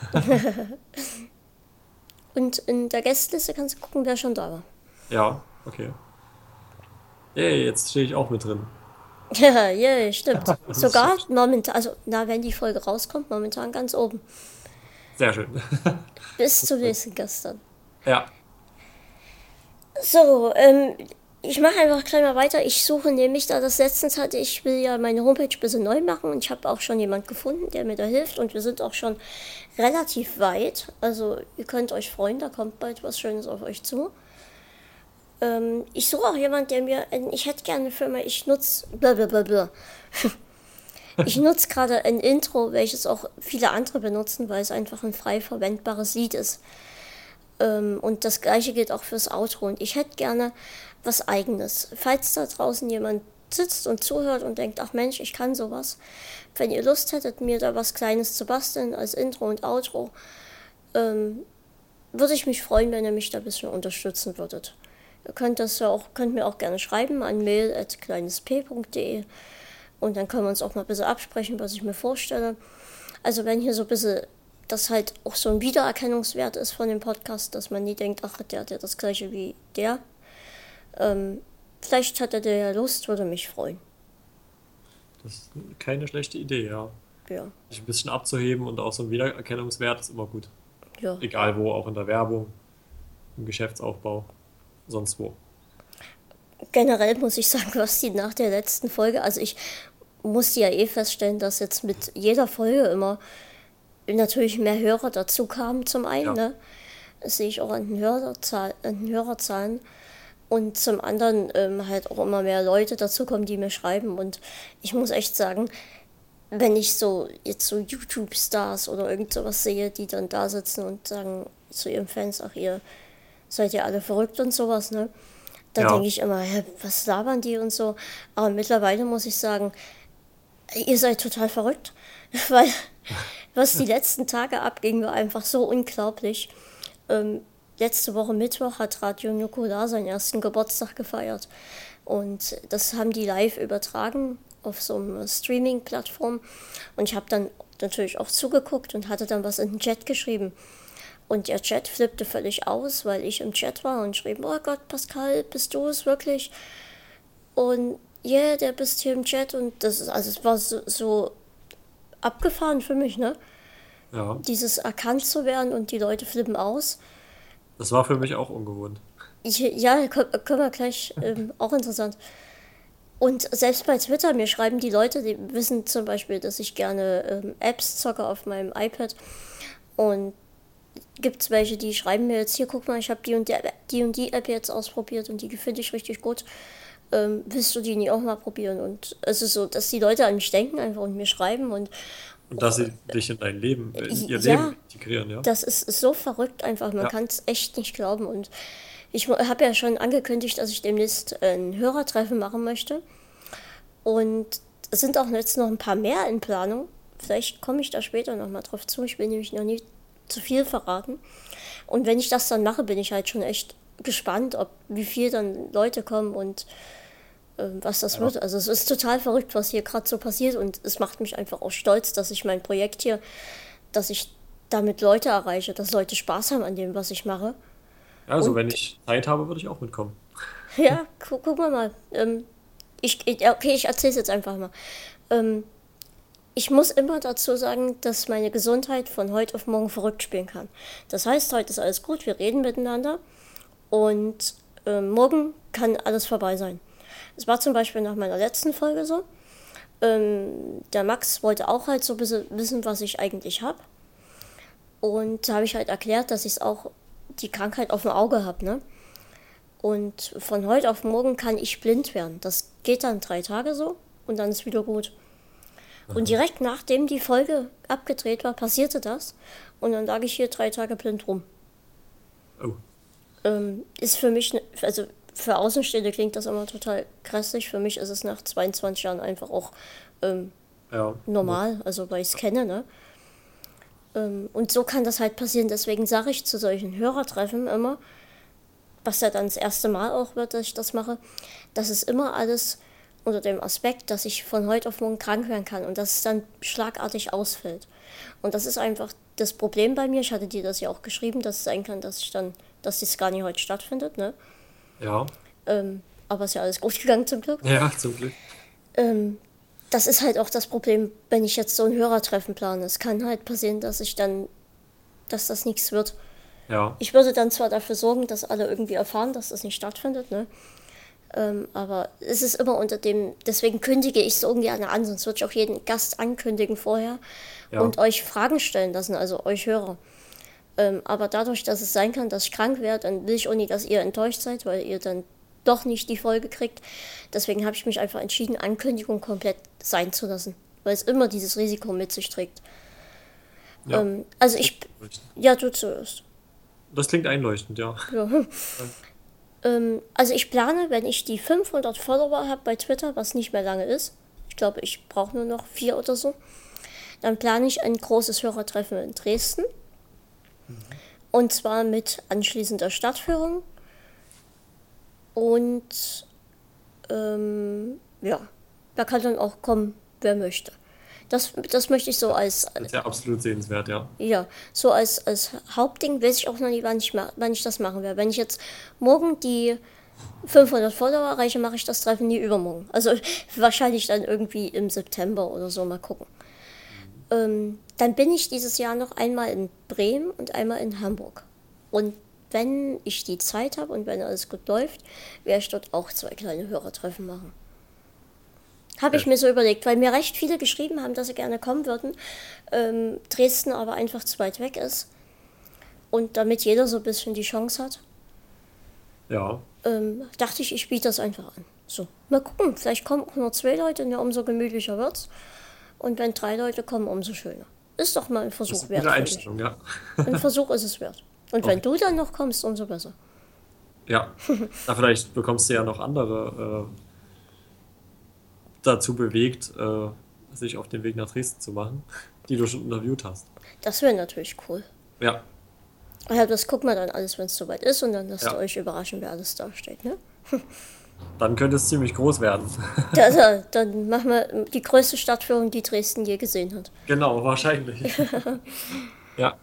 Und in der Gästeliste kannst du gucken, wer schon da war. Ja, okay. Yay, jetzt stehe ich auch mit drin. Ja, yeah, stimmt. Das ist Sogar schön. momentan, also na, wenn die Folge rauskommt, momentan ganz oben. Sehr schön. Bis Das zum freut nächsten Gast. mich. Ja, So, ähm, ich mache einfach gleich mal weiter. Ich suche nämlich, da das letztens hatte, ich will ja meine Homepage ein bisschen neu machen und ich habe auch schon jemand gefunden, der mir da hilft und wir sind auch schon relativ weit. Also ihr könnt euch freuen, da kommt bald was Schönes auf euch zu. Ähm, ich suche auch jemanden, der mir, ich hätte gerne eine Firma, ich nutze, blablabla. Ich nutze gerade ein Intro, welches auch viele andere benutzen, weil es einfach ein frei verwendbares Lied ist. Ähm, und das gleiche gilt auch fürs Outro. Und ich hätte gerne was Eigenes. Falls da draußen jemand sitzt und zuhört und denkt, ach Mensch, ich kann sowas. Wenn ihr Lust hättet, mir da was Kleines zu basteln als Intro und Outro, ähm, würde ich mich freuen, wenn ihr mich da ein bisschen unterstützen würdet. Ihr könnt das ja auch, könnt mir auch gerne schreiben an mail at kleinesp punkt de und dann können wir uns auch mal ein bisschen absprechen, was ich mir vorstelle. Also wenn hier so ein bisschen das halt auch so ein Wiedererkennungswert ist von dem Podcast, dass man nie denkt, ach, der hat ja das gleiche wie der. Ähm, vielleicht hat er der ja Lust, würde mich freuen. das ist keine schlechte Idee, ja. Ja, Sich ein bisschen abzuheben und auch so ein Wiedererkennungswert ist immer gut. ja. Egal wo, auch in der Werbung, im Geschäftsaufbau, sonst wo. Generell muss ich sagen, was die nach der letzten Folge, also ich musste ja eh feststellen, dass jetzt mit jeder Folge immer natürlich mehr Hörer dazu kamen zum einen, Ja, ne? Das sehe ich auch an den, Hörerzahl, an den Hörerzahlen. Und zum anderen ähm, halt auch immer mehr Leute dazu kommen, die mir schreiben. Und ich muss echt sagen, wenn ich so jetzt so YouTube-Stars oder irgend sowas sehe, die dann da sitzen und sagen zu ihren Fans, ach ihr seid ihr alle verrückt und sowas, ne? Da denke ja, ich immer, hä, was labern die und so. Aber mittlerweile muss ich sagen, ihr seid total verrückt, weil was die letzten Tage abging, war einfach so unglaublich. Ähm, letzte Woche Mittwoch hat Radio Nukular seinen ersten Geburtstag gefeiert. Und das haben die live übertragen auf so einer Streaming-Plattform. Und ich habe dann natürlich auch zugeguckt und hatte dann was in den Chat geschrieben. Und der Chat flippte völlig aus, weil ich im Chat war und schrieb, oh Gott, Pascal, bist du es wirklich? Und ja, yeah, der bist hier im Chat und das ist, also es war so, so abgefahren für mich, ne? ja. Dieses erkannt zu werden und die Leute flippen aus. Das war für mich auch ungewohnt. Ich, ja, können wir gleich, ähm, auch interessant. Und selbst bei Twitter, mir schreiben die Leute, die wissen zum Beispiel, dass ich gerne ähm, Apps zocke auf meinem iPad. Und gibt es welche, die schreiben mir jetzt, hier, guck mal, ich habe die und die, die und die App jetzt ausprobiert und die finde ich richtig gut. Ähm, willst du die nie auch mal probieren? Und es ist so, dass die Leute an mich denken einfach und mir schreiben und Und dass sie dich in dein Leben, in ihr Leben ja, integrieren, ja? das ist so verrückt einfach, man Ja, kann es echt nicht glauben. Und ich habe ja schon angekündigt, dass ich demnächst ein Hörertreffen machen möchte. Und es sind auch jetzt noch ein paar mehr in Planung. Vielleicht komme ich da später nochmal drauf zu. Ich bin nämlich noch nie zu viel verraten. Und wenn ich das dann mache, bin ich halt schon echt gespannt, ob wie viel dann Leute kommen und ähm, was das Ja. wird. Also es ist total verrückt, was hier gerade so passiert und es macht mich einfach auch stolz, dass ich mein Projekt hier, dass ich damit Leute erreiche, dass Leute Spaß haben an dem, was ich mache. Also, Und wenn ich Zeit habe, würde ich auch mitkommen. ja, gu guck mal mal. Ähm, ich, ich, ja, okay, ich erzähle es jetzt einfach mal. Ähm, Ich muss immer dazu sagen, dass meine Gesundheit von heute auf morgen verrückt spielen kann. Das heißt, heute ist alles gut, wir reden miteinander und äh, morgen kann alles vorbei sein. Es war zum Beispiel nach meiner letzten Folge so. Ähm, der Max wollte auch halt so ein bisschen wissen, was ich eigentlich habe. Und da habe ich halt erklärt, dass ich auch die Krankheit auf dem Auge habe, ne? Und von heute auf morgen kann ich blind werden. Das geht dann drei Tage so und dann ist wieder gut. Und Aha. direkt nachdem die Folge abgedreht war, passierte das. Und dann lag ich hier drei Tage blind rum. Oh, Ähm, ist für mich, ne- also für Außenstehende klingt das immer total grässlich. Für mich ist es nach zweiundzwanzig Jahren einfach auch ähm, ja. No. normal, also weil ich es kenne, ne? Ähm, und so kann das halt passieren. Deswegen sage ich zu solchen Hörertreffen immer, was ja dann das erste Mal auch wird, dass ich das mache, dass es immer alles unter dem Aspekt, dass ich von heute auf morgen krank werden kann und dass es dann schlagartig ausfällt. Und das ist einfach das Problem bei mir. Ich hatte dir das ja auch geschrieben, dass es sein kann, dass ich dann, dass das gar nicht heute stattfindet, ne? Ja. Ähm, aber ist ja alles gut gegangen zum Glück. Ja, zum Glück. Ähm, Das ist halt auch das Problem, wenn ich jetzt so ein Hörertreffen plane. Es kann halt passieren, dass ich dann, dass das nichts wird. Ja. Ich würde dann zwar dafür sorgen, dass alle irgendwie erfahren, dass das nicht stattfindet, ne? Ähm, aber es ist immer unter dem, deswegen kündige ich es ungern an, sonst würde ich auch jeden Gast ankündigen vorher Ja. und euch Fragen stellen lassen, also euch Hörer. Ähm, aber dadurch, dass es sein kann, dass ich krank werde, dann will ich auch nicht, dass ihr enttäuscht seid, weil ihr dann doch nicht die Folge kriegt. Deswegen habe ich mich einfach entschieden, Ankündigung komplett sein zu lassen, weil es immer dieses Risiko mit sich trägt. Ja. Ähm, also Klingt ich, einleuchtend. ja, du zuerst. Das klingt einleuchtend, ja. Ja. Ja. Ähm, also ich plane, wenn ich die fünfhundert Follower habe bei Twitter, was nicht mehr lange ist, ich glaube, ich brauche nur noch vier oder so, dann plane ich ein großes Hörertreffen in Dresden. Mhm. Und zwar mit anschließender Stadtführung. Und ähm, ja, da kann dann auch kommen, wer möchte. Das, das möchte ich so als, Das ist ja absolut sehenswert, ja. ja, so als, als Hauptding, weiß ich auch noch nicht, wann ich, ma- wann ich das machen werde. Wenn ich jetzt morgen die fünfhundert Follower erreiche, mache ich das Treffen nie übermorgen. Also wahrscheinlich dann irgendwie im September oder so, mal gucken. Mhm. Ähm, dann bin ich dieses Jahr noch einmal in Bremen und einmal in Hamburg. Und wenn ich die Zeit habe und wenn alles gut läuft, werde ich dort auch zwei kleine Hörertreffen machen. Habe Sehr ich mir schön. so überlegt, weil mir recht viele geschrieben haben, dass sie gerne kommen würden. Ähm, Dresden aber einfach zu weit weg ist. Und damit jeder so ein bisschen die Chance hat, Ja. ähm, dachte ich, ich biete das einfach an. So, mal gucken, vielleicht kommen auch nur zwei Leute, ne, umso gemütlicher wird's. Und wenn drei Leute kommen, umso schöner. Ist doch mal ein Das ist Versuch eine gute wert, finde ich. Einstellung, ja. Ein Versuch ist es wert. Und Auf wenn jeden du dann Fall. noch kommst, umso besser. Ja. Na, vielleicht bekommst du ja noch andere äh, dazu bewegt, äh, sich auf den Weg nach Dresden zu machen, die du schon interviewt hast. Das wäre natürlich cool. Ja. Ja, das gucken wir dann alles, wenn es soweit ist. Und dann lasst ihr Ja. euch überraschen, wer alles da steht, ne? Dann könnte es ziemlich groß werden. Da, da, dann machen wir die größte Stadtführung, die Dresden je gesehen hat. Genau, wahrscheinlich. Ja.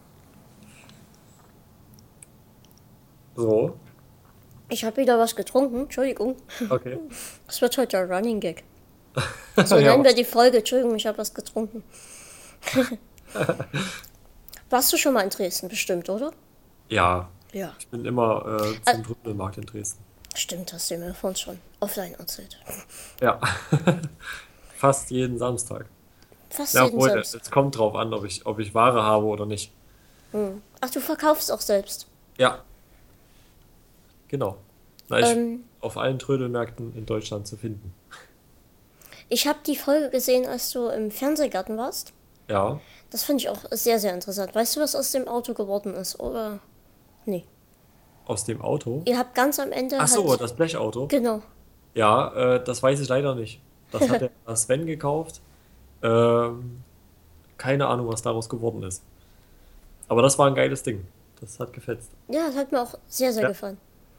So. Ich habe wieder was getrunken, Entschuldigung. Okay. Das wird heute der Running Gag. So Ja, nennen wir was? die Folge. Entschuldigung, ich habe was getrunken. Warst du schon mal in Dresden, bestimmt, oder? Ja. Ja. Ich bin immer äh, Äh, zum Trödelmarkt in Dresden. Stimmt, hast du mir vorhin schon offline erzählt. Ja. Fast jeden Samstag. Fast Ja, jeden obwohl, Samstag. es kommt drauf an, ob ich, ob ich Ware habe oder nicht. Ach, du verkaufst auch selbst. Ja, genau. Na, ich bin Ähm, auf allen Trödelmärkten in Deutschland zu finden. Ich habe die Folge gesehen, als du im Fernsehgarten warst. Ja, Das finde ich auch sehr, sehr interessant. Weißt du, was aus dem Auto geworden ist, oder? Nee. aus dem Auto. Ihr habt ganz am Ach Ende so, halt. das Blechauto. Genau. Ja, äh, das weiß ich leider nicht. Das hat der Sven gekauft. Ähm, keine Ahnung, was daraus geworden ist. Aber das war ein geiles Ding. Das hat gefetzt. Ja, das hat mir auch sehr, sehr Ja. gefallen.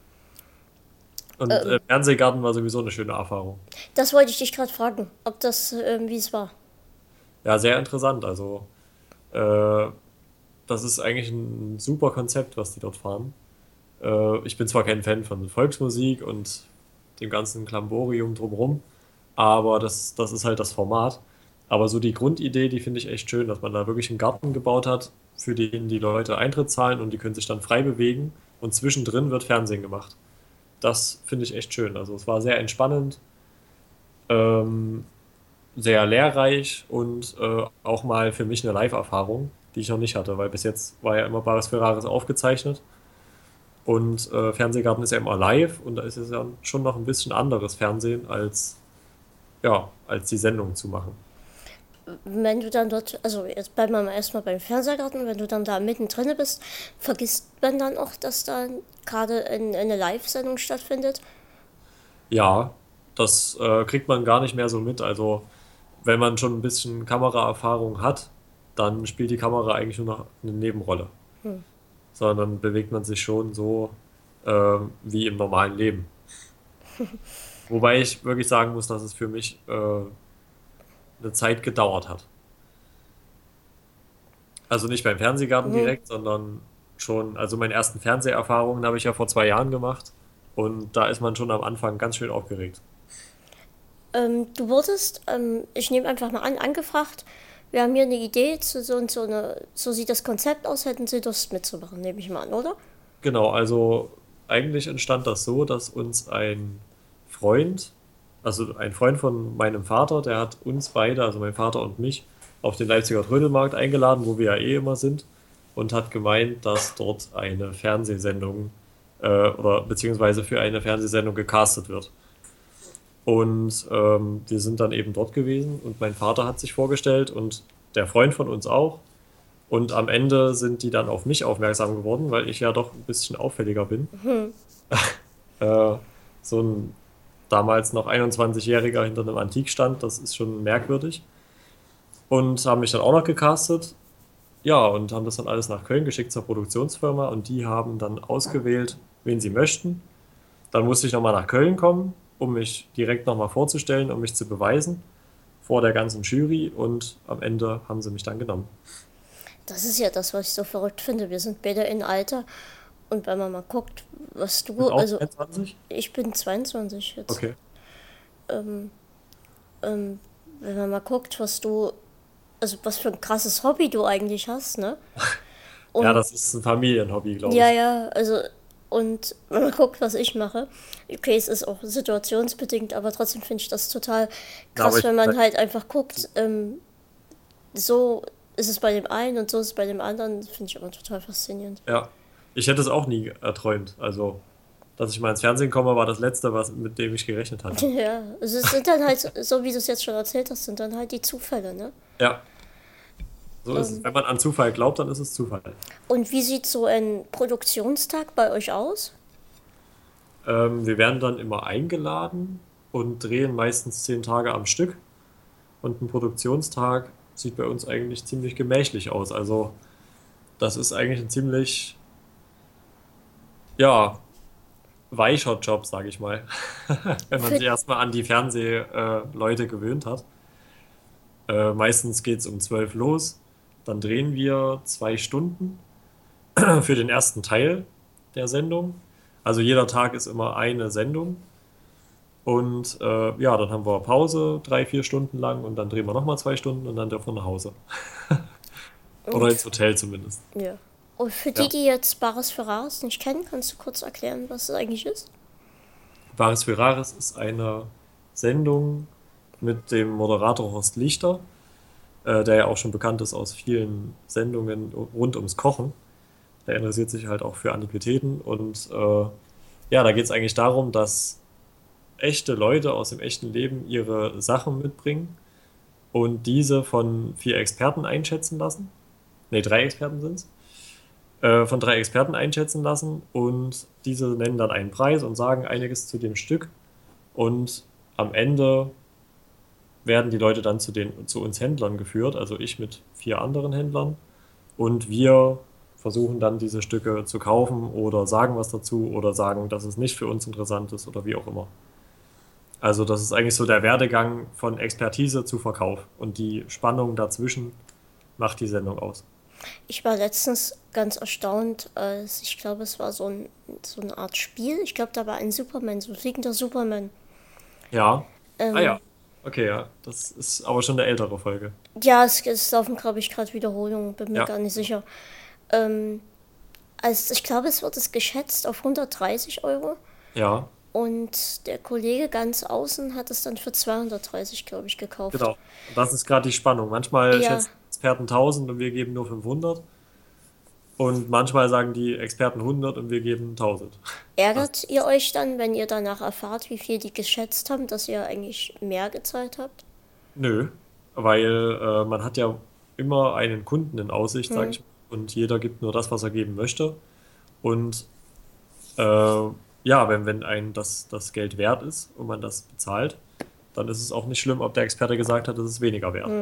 Und Ähm, äh, Fernsehgarten war sowieso eine schöne Erfahrung. Das wollte ich dich gerade fragen, ob das, ähm, wie es war. Ja, sehr interessant. Also, äh, das ist eigentlich ein super Konzept, was die dort fahren. Äh, ich bin zwar kein Fan von Volksmusik und dem ganzen Klamborium drumherum, aber das, das ist halt das Format. Aber so die Grundidee, die finde ich echt schön, dass man da wirklich einen Garten gebaut hat, für den die Leute Eintritt zahlen und die können sich dann frei bewegen und zwischendrin wird Fernsehen gemacht. Das finde ich echt schön. Also es war sehr entspannend, ähm, sehr lehrreich und äh, auch mal für mich eine Live-Erfahrung, die ich noch nicht hatte, weil bis jetzt war ja immer Bares Ferraris aufgezeichnet und äh, Fernsehgarten ist ja immer live und da ist es ja schon noch ein bisschen anderes Fernsehen als, ja, als die Sendung zu machen. Wenn du dann dort, also jetzt bleiben wir mal erstmal beim Fernsehgarten, wenn du dann da mittendrin bist, vergisst man dann auch, dass da gerade ein, eine Live-Sendung stattfindet? Ja, das äh, kriegt man gar nicht mehr so mit. Also wenn man schon ein bisschen Kameraerfahrung hat, dann spielt die Kamera eigentlich nur noch eine Nebenrolle, sondern bewegt man sich schon so ähm, wie im normalen Leben. Wobei ich wirklich sagen muss, dass es für mich äh, eine Zeit gedauert hat. Also nicht beim Fernsehgarten Mhm. direkt, sondern schon, also meine ersten Fernseherfahrungen habe ich ja vor zwei Jahren gemacht und da ist man schon am Anfang ganz schön aufgeregt. Ähm, du wurdest, ähm, ich nehme einfach mal an, angefragt, wir haben hier eine Idee zu so und so eine, so sieht das Konzept aus, hätten Sie Lust mitzumachen, nehme ich mal an, oder? Genau, also eigentlich entstand das so, dass uns ein Freund, also ein Freund von meinem Vater, der hat uns beide, also mein Vater und mich, auf den Leipziger Trödelmarkt eingeladen, wo wir ja eh immer sind, und hat gemeint, dass dort eine Fernsehsendung äh, oder beziehungsweise für eine Fernsehsendung gecastet wird. Und ähm, wir sind dann eben dort gewesen und mein Vater hat sich vorgestellt und der Freund von uns auch. Und am Ende sind die dann auf mich aufmerksam geworden, weil ich ja doch ein bisschen auffälliger bin. Äh, so ein damals noch einundzwanzig-Jähriger hinter einem Antikstand, das ist schon merkwürdig. Und haben mich dann auch noch gecastet. Ja, und haben das dann alles nach Köln geschickt zur Produktionsfirma und die haben dann ausgewählt, wen sie möchten. Dann musste ich nochmal nach Köln kommen, um mich direkt nochmal vorzustellen, um mich zu beweisen vor der ganzen Jury und am Ende haben sie mich dann genommen. Das ist ja das, was ich so verrückt finde. Wir sind beide in Alter und wenn man mal guckt, was Du bist du, auch also zweiundzwanzig? ich bin zweiundzwanzig jetzt, Okay. ähm, wenn man mal guckt, was du, also was für ein krasses Hobby du eigentlich hast, ne? Ja, Und das ist ein Familienhobby, glaube ja, ich. ja, also und wenn man guckt, was ich mache, okay, es ist auch situationsbedingt, aber trotzdem finde ich das total Ja, aber krass, ich, wenn man halt einfach guckt, ähm, so ist es bei dem einen und so ist es bei dem anderen, finde ich aber total faszinierend. ja, ich hätte es auch nie erträumt. Also, dass ich mal ins Fernsehen komme, war das Letzte, was, mit dem ich gerechnet hatte. Ja, also es sind dann halt, so wie du es jetzt schon erzählt hast, sind dann halt die Zufälle, ne? Ja, so ist es. Ähm, Wenn man an Zufall glaubt, dann ist es Zufall. und wie sieht so ein Produktionstag bei euch aus? Ähm, wir werden dann immer eingeladen und drehen meistens zehn Tage am Stück. Und ein Produktionstag sieht bei uns eigentlich ziemlich gemächlich aus. Also, das ist eigentlich ein ziemlich, ja, weicher Job, sage ich mal. Wenn man Für, sich erstmal an die Fernsehleute äh, Leute gewöhnt hat. Äh, meistens geht es um zwölf los. Dann drehen wir zwei Stunden für den ersten Teil der Sendung. Also jeder Tag ist immer eine Sendung. Und äh, ja, dann haben wir Pause, drei, vier Stunden lang und dann drehen wir nochmal zwei Stunden und dann dürfen wir nach Hause. Oder und, ins Hotel zumindest. ja. Und für die, Ja. die jetzt Bares Ferraris nicht kennen, kannst du kurz erklären, was es eigentlich ist? Bares für Rares ist eine Sendung mit dem Moderator Horst Lichter, äh, der ja auch schon bekannt ist aus vielen Sendungen rund ums Kochen. Der interessiert sich halt auch für Antiquitäten und äh, ja, da geht es eigentlich darum, dass echte Leute aus dem echten Leben ihre Sachen mitbringen und diese von vier Experten einschätzen lassen. Ne, drei Experten sind es. Äh, von drei Experten einschätzen lassen und diese nennen dann einen Preis und sagen einiges zu dem Stück und am Ende werden die Leute dann zu den, zu uns Händlern geführt, also ich mit vier anderen Händlern und wir versuchen dann diese Stücke zu kaufen oder sagen was dazu oder sagen, dass es nicht für uns interessant ist oder wie auch immer. Also das ist eigentlich so der Werdegang von Expertise zu Verkauf und die Spannung dazwischen macht die Sendung aus. Ich war letztens ganz erstaunt, als ich glaube, es war so, ein, so eine Art Spiel. Ich glaube, da war ein Superman, so ein fliegender Superman. Ja. Ah Ähm, ja. Okay, ja. Das ist aber schon eine ältere Folge. ja, es, es laufen, glaube ich, gerade Wiederholungen, bin mir Ja. gar nicht sicher. Ähm, also ich glaube, es wird es geschätzt auf hundertdreißig Euro. Ja, Und der Kollege ganz außen hat es dann für zweihundertdreißig, glaube ich, gekauft. genau. Und das ist gerade die Spannung. Manchmal Ja, schätzen Experten tausend und wir geben nur fünfhundert. Und manchmal sagen die Experten hundert und wir geben tausend. Das, ärgert ihr euch dann, wenn ihr danach erfahrt, wie viel die geschätzt haben, dass ihr eigentlich mehr gezahlt habt? nö, weil äh, man hat ja immer einen Kunden in Aussicht, sage Hm. ich mal. Und jeder gibt nur das, was er geben möchte. Und äh, ja, wenn, wenn einem das, das Geld wert ist und man das bezahlt, dann ist es auch nicht schlimm, ob der Experte gesagt hat, es ist weniger wert.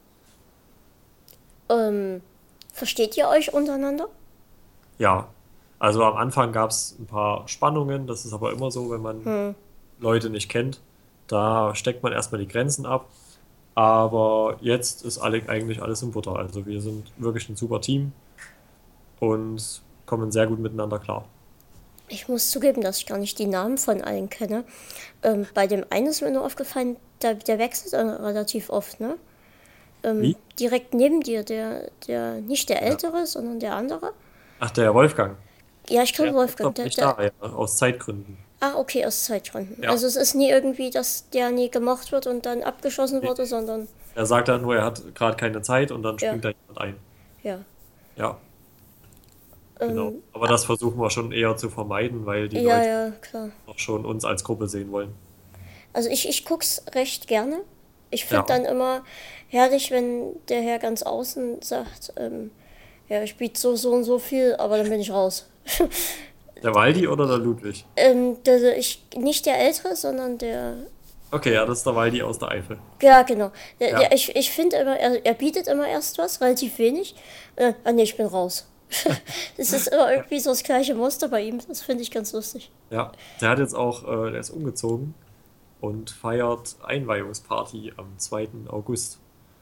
Ähm, Versteht ihr euch untereinander? Ja, also am Anfang gab es ein paar Spannungen, das ist aber immer so, wenn man Leute nicht kennt. Da steckt man erstmal die Grenzen ab. Aber jetzt ist alle, eigentlich alles im Butter. Also wir sind wirklich ein super Team und kommen sehr gut miteinander klar. Ich muss zugeben, dass ich gar nicht die Namen von allen kenne. Ähm, bei dem einen ist mir nur aufgefallen, der, der wechselt dann relativ oft, ne? Ähm, Wie? direkt neben dir, der, der, nicht der Ja. Ältere, sondern der andere. Ach, der Wolfgang. Ja, ich Der glaube ist Wolfgang, doch der, nicht der, da, ja, aus Zeitgründen. ah, okay, aus Zeitgründen. Ja. Also es ist nie irgendwie, dass der nie gemocht wird und dann abgeschossen Nee. wurde, sondern, Er sagt dann nur, er hat gerade keine Zeit und dann ja, springt da jemand ein. ja. Ja, genau. Ähm, Aber das versuchen wir schon eher zu vermeiden, weil die ja, Leute ja, klar. auch schon uns als Gruppe sehen wollen. Also ich, ich guck's recht gerne. Ich finde Ja. dann immer herrlich, wenn der Herr ganz außen sagt, ähm, ja, ich biete so, so und so viel, aber dann bin ich raus. Der Waldi oder der Ludwig? Ähm, der, ich, nicht der Ältere, sondern der, Okay, ja, das ist der Waldi aus der Eifel. ja, genau. Der, Ja, der, ich ich finde immer, er, er bietet immer erst was, relativ wenig. Äh, ah, nee, ich bin raus. Das ist immer irgendwie so das gleiche Muster bei ihm. Das finde ich ganz lustig. ja. Der hat jetzt auch, äh, der ist umgezogen und feiert Einweihungsparty am zweiten August.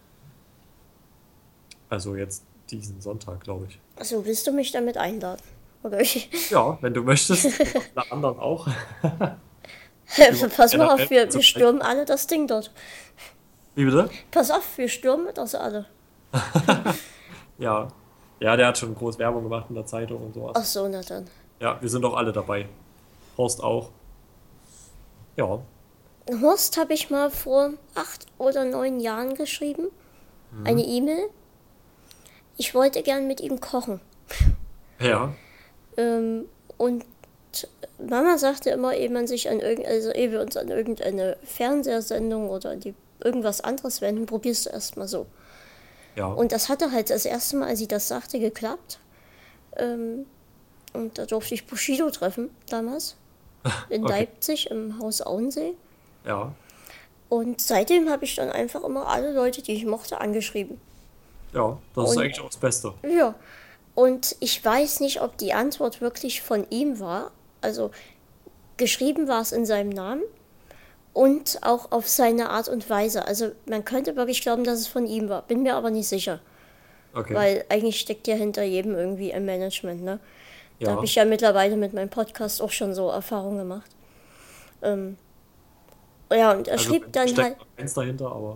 Also jetzt diesen Sonntag, glaube ich. Also willst du mich damit einladen? Oder ich, Ja, wenn du möchtest, und alle anderen auch. Über pass mal auf, N F L wir, zu wir sprechen. stürmen alle das Ding dort. Wie bitte? Pass auf, wir stürmen das alle. Ja. Ja, der hat schon groß Werbung gemacht in der Zeitung und Ach sowas. so, na dann. Ja, wir sind doch alle dabei. Horst auch. Ja. Horst habe ich mal vor acht oder neun Jahren geschrieben. Eine E-Mail. Ich wollte gern mit ihm kochen. Ja. Ähm, und Mama sagte immer, ehe man sich an irgend, also ehe wir uns an irgendeine Fernsehsendung oder an die, irgendwas anderes wenden, probierst du erst mal so. Ja. Und das hatte halt das erste Mal, als sie das sagte, geklappt. Ähm, und da durfte ich Bushido treffen, damals, in Okay. Leipzig im Haus Auensee. Ja. Und seitdem habe ich dann einfach immer alle Leute, die ich mochte, angeschrieben. Ja. Das ist Und eigentlich auch das Beste. ja, und ich weiß nicht, ob die Antwort wirklich von ihm war. Also geschrieben war es in seinem Namen und auch auf seine Art und Weise. Also man könnte wirklich glauben, dass es von ihm war. Bin mir aber nicht sicher, Okay. weil eigentlich steckt ja hinter jedem irgendwie ein Management, ne? Da habe Ja. ich ja mittlerweile mit meinem Podcast auch schon so Erfahrungen gemacht. Ähm, ja, und er Also bei schrieb mir dann halt, steckt noch eins dahinter, aber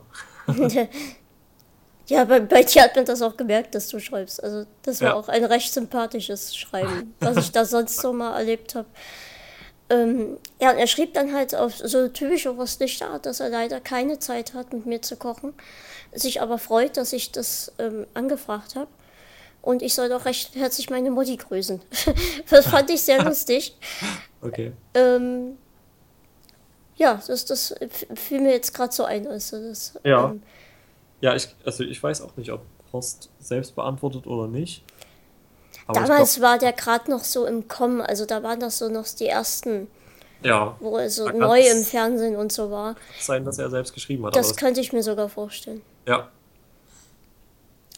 ja, bei, bei dir hat man das auch gemerkt, dass du schreibst. Also das war ja. auch ein recht sympathisches Schreiben, was ich da sonst so mal erlebt habe. Ähm, ja, und er schrieb dann halt auf so typisch oberste Art, dass er leider keine Zeit hat, mit mir zu kochen, sich aber freut, dass ich das ähm, angefragt habe. Und ich soll doch recht herzlich meine Mutti grüßen. Das fand ich sehr lustig. Okay. Ähm, ja, das, das f- fiel mir jetzt gerade so ein. Also das, Ja. ähm, Ja, ich, also ich weiß auch nicht, ob Horst selbst beantwortet oder nicht. Aber ich glaube, damals war der gerade noch so im Kommen. Also da waren das so noch die ersten, ja, wo er so da kann neu im es Fernsehen und so war. sein, dass er selbst geschrieben hat, aber Das das, könnte ich mir sogar vorstellen. ja,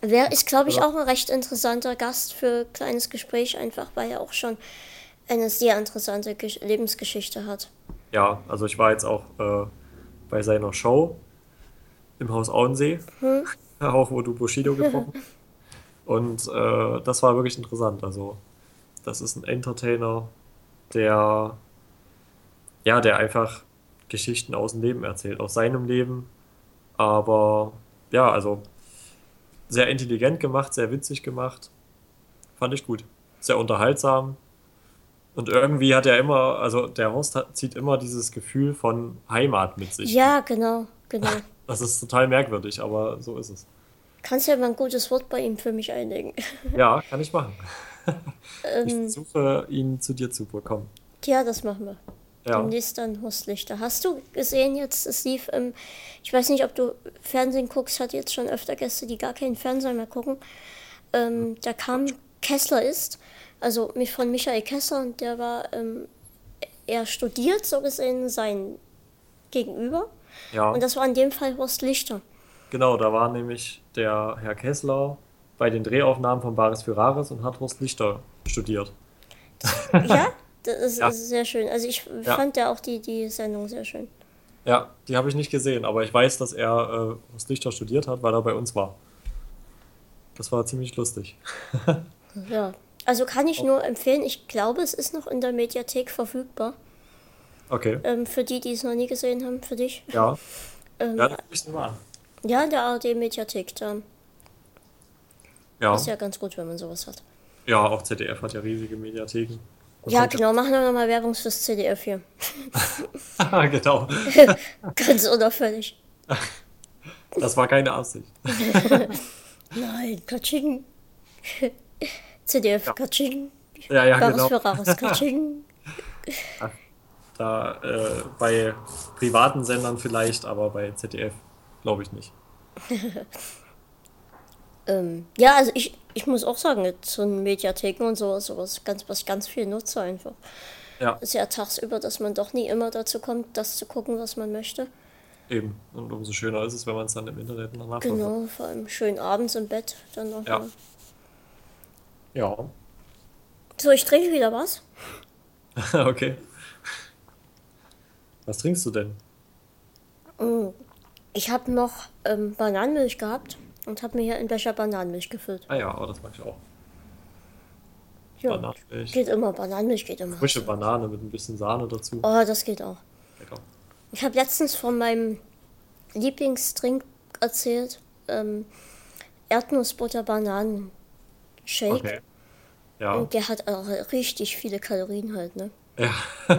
Wer ist, glaube ich, Ja, auch ein recht interessanter Gast für kleines Gespräch, einfach weil er auch schon eine sehr interessante Gesch Lebensgeschichte hat. ja, also ich war jetzt auch äh, bei seiner Show im Haus Auensee, auch wo du Bushido getroffen hast. Und äh, das war wirklich interessant. Also, das ist ein Entertainer, der, ja, der einfach Geschichten aus dem Leben erzählt, aus seinem Leben. Aber ja, also sehr intelligent gemacht, sehr witzig gemacht. Fand ich gut. Sehr unterhaltsam. Und irgendwie hat er immer, also der Horst hat, zieht immer dieses Gefühl von Heimat mit sich. Ja, genau, genau. Das ist total merkwürdig, aber so ist es. Kannst ja mal ein gutes Wort bei ihm für mich einlegen. Ja, kann ich machen. Ich ähm, versuche, ihn zu dir zu bekommen. ja, das machen wir. Ja. Demnächst dann Horst Lichter. Hast du gesehen jetzt, es lief, ähm, ich weiß nicht, ob du Fernsehen guckst, hat jetzt schon öfter Gäste, die gar keinen Fernseher mehr gucken. Ähm, da kam Kessler ist, also mich von Michael Kessler und der war, ähm, er studiert so gesehen sein Gegenüber und Ja, das war in dem Fall Horst Lichter. genau, da war nämlich der Herr Kessler bei den Drehaufnahmen von Baris für Rares und hat Horst Lichter studiert. Ja, das ist, Ja, ist sehr schön. Also ich ja, fand ja auch die, die Sendung sehr schön. ja, die habe ich nicht gesehen, aber ich weiß, dass er äh, Horst Lichter studiert hat, weil er bei uns war. Das war ziemlich lustig. Ja. Also kann ich nur empfehlen, ich glaube, es ist noch in der Mediathek verfügbar. Okay, Ähm, für die, die es noch nie gesehen haben, für dich. ja, ja, Ähm, das gucke ich mir mal an. ja, in der A R D-Mediathek, da ist Ja, ja ganz gut, wenn man sowas hat. ja, auch Z D F hat ja riesige Mediatheken. Da Ja, kommt ja. genau, machen wir nochmal Werbung fürs C D F hier. Genau, Ganz unauffällig. das war keine Absicht. Nein, Katsching. C D F, Ja, Katsching. ja, ja, Bares genau. für Rares, Katsching. Da äh, bei privaten Sendern vielleicht, aber bei Z D F glaube ich nicht. Ähm, ja, also ich, ich muss auch sagen, jetzt so Mediatheken und sowas, sowas ganz, was ich ganz viel nutze einfach. Ja, Ist ja tagsüber, dass man doch nie immer dazu kommt, das zu gucken, was man möchte. eben. Und umso schöner ist es, wenn man es dann im Internet noch nachverfolgt. Genau, vor allem schön abends im Bett dann Ja, nochmal. ja, So, ich trinke wieder was. okay. Was trinkst du denn? Ich habe noch ähm, Bananenmilch gehabt und habe mir hier einen Becher Bananenmilch gefüllt. Ah ja, oh, das mag ich auch. Ja, Bananenmilch. geht immer, Bananenmilch geht immer. Frische Banane mit ein bisschen Sahne dazu. Oh, das geht auch. Lecker. Ich habe letztens von meinem Lieblingstrink erzählt. Ähm, Erdnussbutter Bananen Shake. Okay. Ja. Und der hat auch richtig viele Kalorien halt, ne? Ja.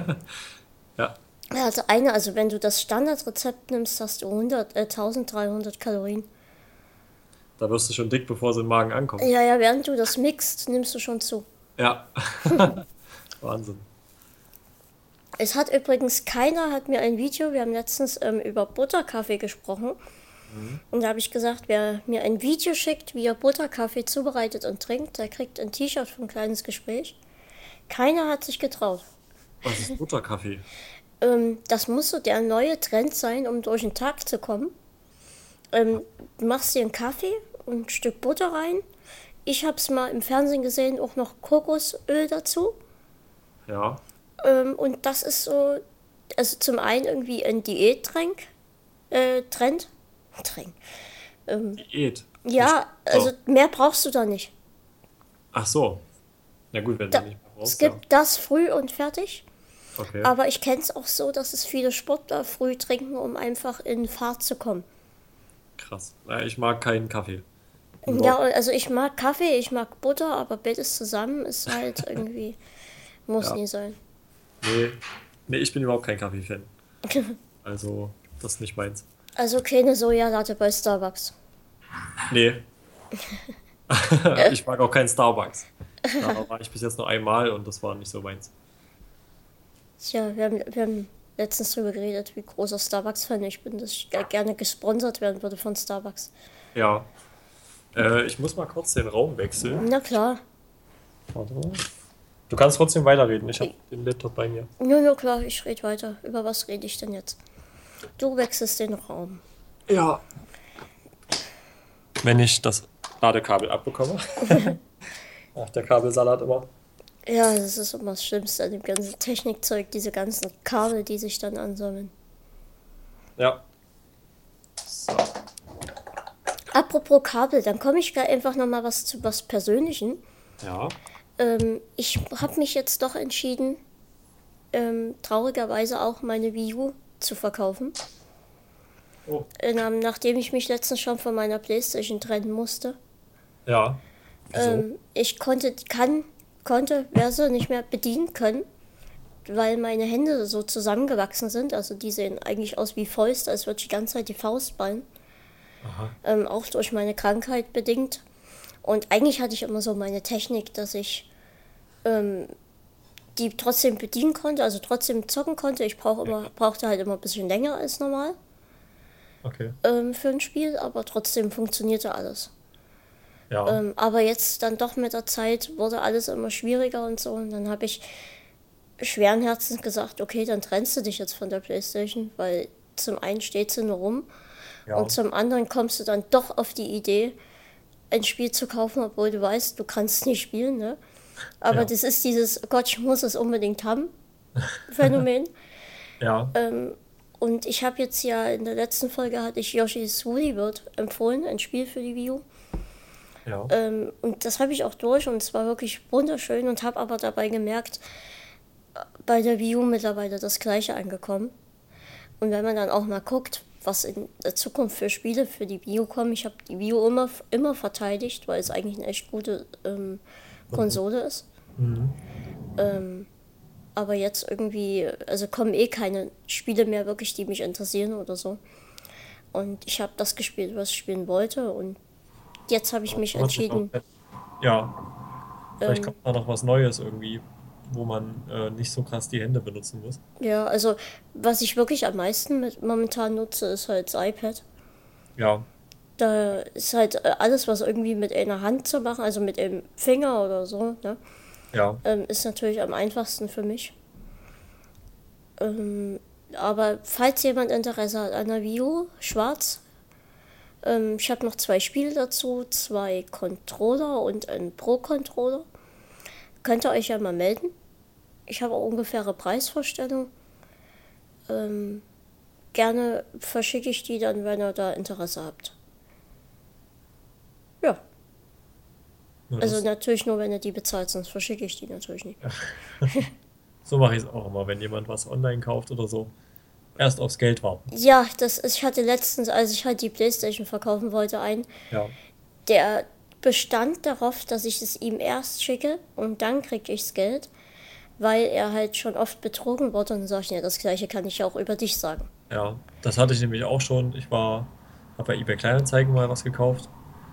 Ja. Er hatte eine, also wenn du das Standardrezept nimmst, hast du hundert, äh, dreizehnhundert Kalorien. Da wirst du schon dick, bevor es im Magen ankommt. Ja, ja, während du das mixt, nimmst du schon zu. Ja. Wahnsinn. Es hat übrigens keiner, hat mir ein Video, wir haben letztens ähm, über Butterkaffee gesprochen. Mhm. Und da habe ich gesagt, wer mir ein Video schickt, wie er Butterkaffee zubereitet und trinkt, der kriegt ein T-Shirt für ein kleines Gespräch. Keiner hat sich getraut. Was ist Butterkaffee? Ähm, das muss so der neue Trend sein, um durch den Tag zu kommen. Ähm, du machst dir einen Kaffee und ein Stück Butter rein. Ich habe es mal im Fernsehen gesehen, auch noch Kokosöl dazu. Ja. Ähm, und das ist so, also zum einen irgendwie ein Diättränk, äh, Trend. Tränk. Ähm, Diät. Nicht. ja, also So. mehr brauchst du da nicht. Ach so. Na gut, wenn du Da, nicht mehr es brauchst, ja. gibt das früh und fertig. Okay. Aber ich kenne es auch so, dass es viele Sportler früh trinken, um einfach in Fahrt zu kommen. Krass. Na, ich mag keinen Kaffee. Ja, Überhaupt. also ich mag Kaffee, ich mag Butter, aber beides zusammen ist halt irgendwie, muss Ja. nie sein. Nee. Nee, ich bin überhaupt kein Kaffee-Fan. Also, das ist nicht meins. Also keine Sojalatte bei Starbucks. Nee. Ich mag auch keinen Starbucks. Da war ich bis jetzt nur einmal und das war nicht so meins. Tja, wir haben, wir haben letztens drüber geredet, wie großer Starbucks-Fan ich bin, dass ich ge- gerne gesponsert werden würde von Starbucks. Ja. Äh, ich muss mal kurz den Raum wechseln. Na klar. Warte mal. Du kannst trotzdem weiterreden. Ich habe den Laptop bei mir. Ja, ja klar, ich rede weiter. Über was rede ich denn jetzt? Du wechselst den Raum. Ja. Wenn ich das Ladekabel abbekomme. Ach, der Kabelsalat immer. Ja, das ist immer das Schlimmste an dem ganzen Technikzeug, diese ganzen Kabel, die sich dann ansammeln. Ja. So. Apropos Kabel, dann komme ich gleich einfach nochmal was zu was Persönlichen. Ja. Ähm, ich habe mich jetzt doch entschieden, ähm, traurigerweise auch meine Wii U zu verkaufen. Oh. Ähm, nachdem ich mich letztens schon von meiner Playstation trennen musste. Ja. Wieso? Ähm, ich konnte, kann, konnte, werde sie nicht mehr bedienen können, weil meine Hände so zusammengewachsen sind. Also die sehen eigentlich aus wie Fäuste, als würde ich die ganze Zeit die Faust ballen. Aha. Ähm, auch durch meine Krankheit bedingt. Und eigentlich hatte ich immer so meine Technik, dass ich ähm, die trotzdem bedienen konnte, also trotzdem zocken konnte. Ich brauch Ja. immer, brauchte halt immer ein bisschen länger als normal Okay. ähm, für ein Spiel, aber trotzdem funktionierte alles. Ja. Ähm, aber jetzt dann doch mit der Zeit wurde alles immer schwieriger und so. Und dann habe ich schweren Herzens gesagt, okay, dann trennst du dich jetzt von der Playstation, weil zum einen steht sie nur rum und Ja. zum anderen kommst du dann doch auf die Idee, ein Spiel zu kaufen, obwohl du weißt, du kannst nicht spielen, ne? Aber Ja. das ist dieses, oh Gott, ich muss es unbedingt haben, Phänomen. Ja. Ähm, und ich habe jetzt ja in der letzten Folge hatte ich Yoshi's Woolly World empfohlen, ein Spiel für die Wii U. Ja. Ähm, und das habe ich auch durch und es war wirklich wunderschön und habe aber dabei gemerkt, bei der Wii U mittlerweile das Gleiche angekommen. Und wenn man dann auch mal guckt, was in der Zukunft für Spiele für die Wii U kommen, ich habe die Wii U immer, immer verteidigt, weil es eigentlich eine echt gute ähm, Konsole ist. Mhm. Ähm, aber jetzt irgendwie, also kommen eh keine Spiele mehr wirklich, die mich interessieren oder so. Und ich habe das gespielt, was ich spielen wollte. Und jetzt habe ich mich Man hat sich auch, entschieden, ja, vielleicht ähm, kommt da noch was Neues irgendwie, wo man äh, nicht so krass die Hände benutzen muss. ja, also was ich wirklich am meisten mit momentan nutze, ist halt das iPad. Ja. Da ist halt äh, alles, was irgendwie mit einer Hand zu machen, also mit dem Finger oder so, ne, Ja. ähm, ist natürlich am einfachsten für mich. Ähm, aber falls jemand Interesse hat an der Wii U, schwarz, ähm, ich habe noch zwei Spiele dazu, zwei Controller und einen Pro-Controller. Könnt ihr euch ja mal melden. Ich habe auch ungefähre Preisvorstellung. Ähm, gerne verschicke ich die dann, wenn ihr da Interesse habt. Ja, Nur also das, natürlich nur, wenn ihr die bezahlt, sonst verschicke ich die natürlich nicht. so mache ich es auch immer, wenn jemand was online kauft oder so. Erst aufs Geld warten. Ja, das ist, ich hatte letztens, als ich halt die Playstation verkaufen wollte, einen, Ja. der bestand darauf, dass ich es ihm erst schicke und dann kriege ich das Geld, weil er halt schon oft betrogen wurde und dann sage ich, ja, das gleiche kann ich ja auch über dich sagen. Ja. Das hatte ich nämlich auch schon. Ich war, habe bei eBay Kleinanzeigen mal was gekauft.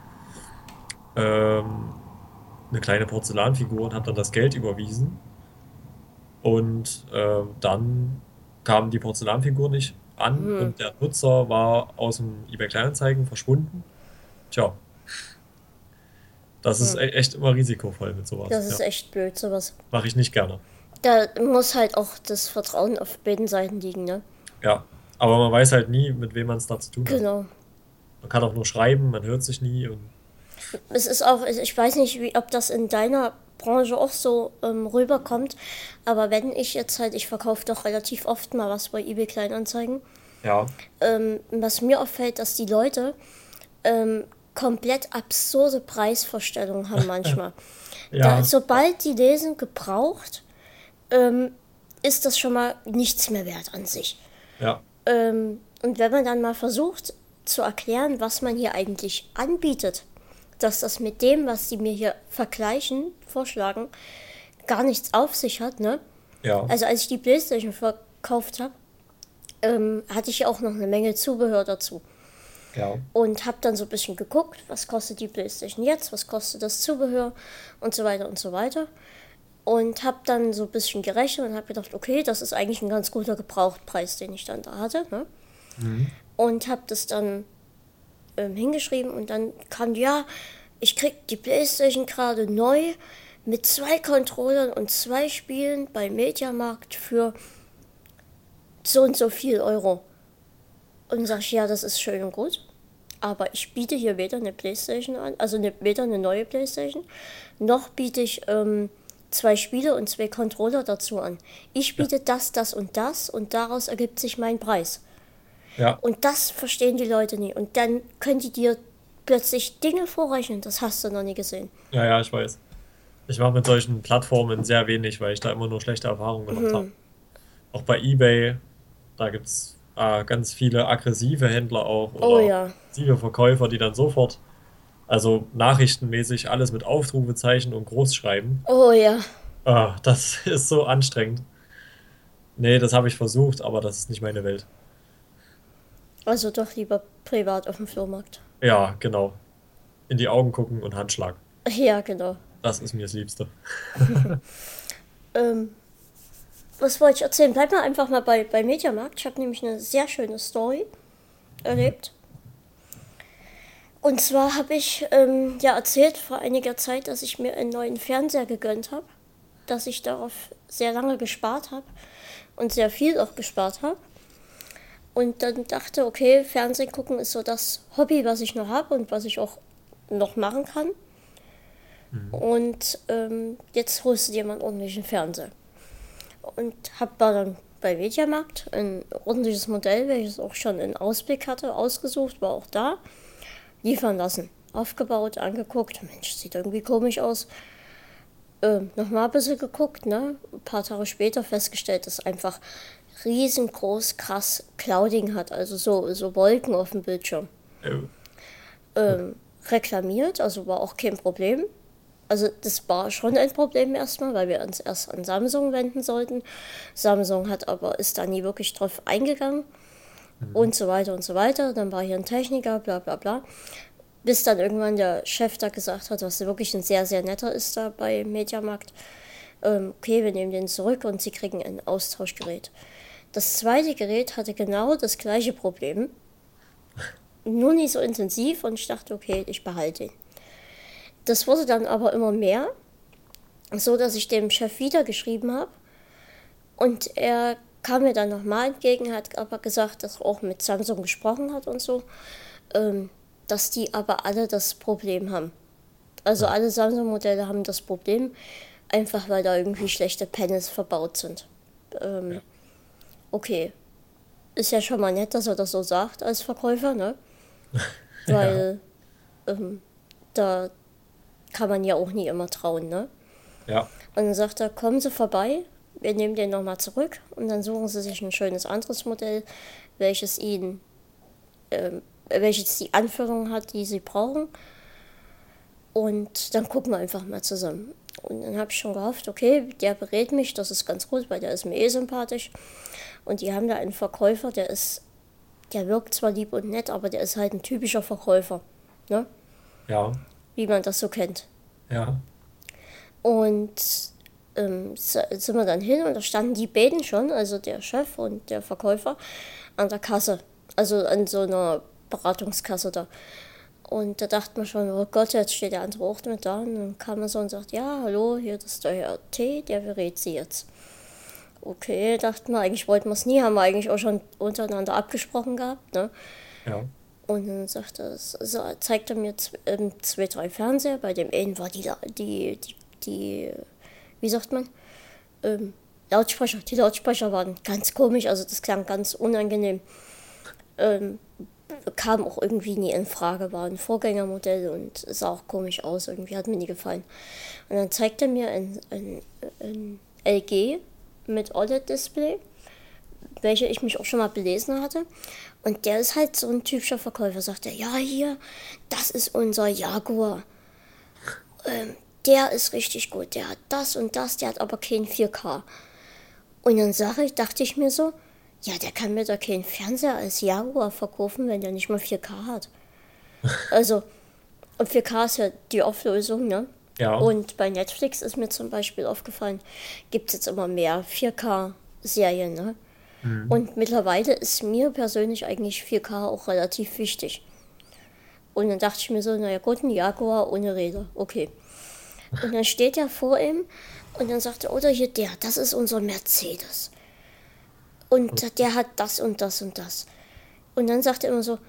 Ähm, eine kleine Porzellanfigur und habe dann das Geld überwiesen. Und ähm, dann kam die Porzellanfigur nicht an und der Nutzer war aus dem eBay Kleinanzeigen verschwunden. Tja, das ist e echt immer risikovoll mit sowas. Das ist Ja, echt blöd, sowas. mache ich nicht gerne. Da muss halt auch das Vertrauen auf beiden Seiten liegen, ne? Ja, aber man weiß halt nie, mit wem man es da zu tun hat. Genau. Man kann auch nur schreiben, man hört sich nie und Es ist auch, ich weiß nicht, wie, ob das in deiner Branche auch so ähm, rüberkommt, aber wenn ich jetzt halt, ich verkaufe doch relativ oft mal was bei eBay Kleinanzeigen, ja, ähm, was mir auffällt, dass die Leute ähm, komplett absurde Preisvorstellungen haben manchmal. Da, ja, sobald die lesen gebraucht, ähm, ist das schon mal nichts mehr wert an sich. ja, Ähm, und wenn man dann mal versucht zu erklären, was man hier eigentlich anbietet, dass das mit dem, was sie mir hier vergleichen, vorschlagen, gar nichts auf sich hat, ne? ja, Also als ich die Playstation verkauft habe, ähm, hatte ich ja auch noch eine Menge Zubehör dazu. ja, Und habe dann so ein bisschen geguckt, was kostet die Playstation jetzt, was kostet das Zubehör und so weiter und so weiter. Und habe dann so ein bisschen gerechnet und habe gedacht, okay, das ist eigentlich ein ganz guter Gebrauchtpreis, den ich dann da hatte. Ne? mhm. Und habe das dann ähm, hingeschrieben und dann kam, ja, ich krieg die Playstation gerade neu mit zwei Controllern und zwei Spielen bei Mediamarkt für so und so viel Euro. Und sag ich, ja, das ist schön und gut. aber ich biete hier weder eine Playstation an, also ne, weder eine neue Playstation, noch biete ich ähm, zwei Spiele und zwei Controller dazu an. Ich Ja, biete das, das und das und daraus ergibt sich mein Preis. ja, Und das verstehen die Leute nie. Und dann können die dir plötzlich Dinge vorrechnen, das hast du noch nie gesehen. ja, ja, ich weiß. Ich mache mit solchen Plattformen sehr wenig, weil ich da immer nur schlechte Erfahrungen gemacht habe. Auch bei eBay, da gibt es äh, ganz viele aggressive Händler auch Oh oder ja, aggressive Verkäufer, die dann sofort, also nachrichtenmäßig alles mit Aufrufezeichen und groß schreiben. oh ja. Ah, das ist so anstrengend. Nee, das habe ich versucht, aber das ist nicht meine Welt. Also doch lieber privat auf dem Flohmarkt. Ja, genau. In die Augen gucken und Handschlag. Ja, genau. Das ist mir das Liebste. Ähm, was wollte ich erzählen? Bleib mal einfach mal bei, bei Mediamarkt. Ich habe nämlich eine sehr schöne Story Mhm. erlebt. Und zwar habe ich ähm, ja erzählt vor einiger Zeit, dass ich mir einen neuen Fernseher gegönnt habe, dass ich darauf sehr lange gespart habe und sehr viel auch gespart habe. Und dann dachte, okay, Fernsehen gucken ist so das Hobby, was ich noch habe und was ich auch noch machen kann. Mhm. Und ähm, jetzt holst du dir mal einen ordentlichen Fernseher. Und hab da dann bei Mediamarkt ein ordentliches Modell, welches auch schon einen Ausblick hatte, ausgesucht, war auch da, liefern lassen. Aufgebaut, angeguckt, Mensch, sieht irgendwie komisch aus. Ähm, nochmal ein bisschen geguckt, ne? Ein paar Tage später festgestellt, dass einfach riesengroß, krass Clouding hat, also so, so Wolken auf dem Bildschirm. Oh. Ähm, reklamiert, also war auch kein Problem. Also das war schon ein Problem erstmal, weil wir uns erst an Samsung wenden sollten. Samsung hat aber ist da nie wirklich drauf eingegangen Mhm. und so weiter und so weiter. Dann war hier ein Techniker, bla bla bla. Bis dann irgendwann der Chef da gesagt hat, was wirklich ein sehr, sehr netter ist da bei Mediamarkt. Ähm, okay, wir nehmen den zurück und sie kriegen ein Austauschgerät. Das zweite Gerät hatte genau das gleiche Problem, nur nicht so intensiv und ich dachte, okay, ich behalte ihn. Das wurde dann aber immer mehr, so dass ich dem Chef wieder geschrieben habe und er kam mir dann nochmal entgegen, hat aber gesagt, dass er auch mit Samsung gesprochen hat und so, ähm, dass die aber alle das Problem haben. Also Ja. alle Samsung-Modelle haben das Problem, einfach weil da irgendwie schlechte Panels verbaut sind. Ähm, Ja. okay, ist ja schon mal nett, dass er das so sagt als Verkäufer, ne? Ja. Weil ähm, da kann man ja auch nie immer trauen, ne? Ja. Und dann sagt er, kommen Sie vorbei, wir nehmen den nochmal zurück und dann suchen Sie sich ein schönes anderes Modell, welches Ihnen, ähm, welches die Anforderungen hat, die Sie brauchen. Und dann gucken wir einfach mal zusammen. Und dann habe ich schon gehofft, okay, der berät mich, das ist ganz gut, weil der ist mir eh sympathisch. Und die haben da einen Verkäufer, der ist, der wirkt zwar lieb und nett, aber der ist halt ein typischer Verkäufer, ne? Ja. Wie man das so kennt. Ja. Und ähm, sind wir dann hin und da standen die beiden schon, also der Chef und der Verkäufer, an der Kasse. Also an so einer Beratungskasse da. Und da dachte man schon, oh Gott, jetzt steht der andere auch mit da. Und dann kam er so und sagt, ja, hallo, hier das ist der Herr T, der berät Sie jetzt. Okay, dachten wir, eigentlich wollten wir es nie, haben wir eigentlich auch schon untereinander abgesprochen gehabt, ne? Ja. Und dann sagt er, so, zeigt er mir z- ähm, zwei, drei Fernseher. Bei dem einen war die, La- die, die, die, wie sagt man, ähm, Lautsprecher. Die Lautsprecher waren ganz komisch, also das klang ganz unangenehm. Ähm, Kam auch irgendwie nie in Frage, war ein Vorgängermodell und sah auch komisch aus, irgendwie hat mir nie gefallen. Und dann zeigt er mir ein, ein, ein L G mit O L E D-Display, welche ich mich auch schon mal belesen hatte. Und der ist halt so ein typischer Verkäufer, sagt er, ja hier, das ist unser Jaguar. Ähm, der ist richtig gut, der hat das und das, der hat aber kein vier K. Und dann sage ich, dachte ich mir so, ja, der kann mir doch keinen Fernseher als Jaguar verkaufen, wenn der nicht mal vier K hat. Also, und vier K ist ja die Auflösung, ne? Ja. Und bei Netflix ist mir zum Beispiel aufgefallen, gibt es jetzt immer mehr vier K-Serien, ne? Mhm. Und mittlerweile ist mir persönlich eigentlich vier K auch relativ wichtig. Und dann dachte ich mir so, naja gut, ein Jaguar ohne Räder, okay. Und dann steht er vor ihm und dann sagt er, oder hier der, das ist unser Mercedes. Und der hat das und das und das. Und dann sagt er immer so,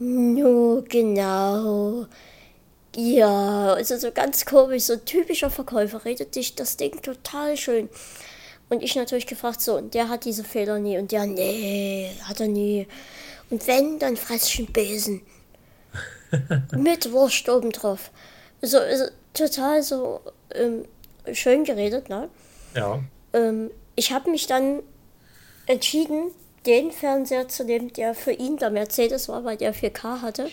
No, genau. Ja, also so ganz komisch, so ein typischer Verkäufer redet dich das Ding total schön. Und ich natürlich gefragt, so, und der hat diese Fehler nie. Und der, nee, hat er nie. Und wenn, dann fress ich einen Besen. Mit Wurst obendrauf. So, also, total so ähm, schön geredet, ne? Ja, Ähm, ich habe mich dann entschieden, den Fernseher zu nehmen, der für ihn der Mercedes war, weil der vier K hatte.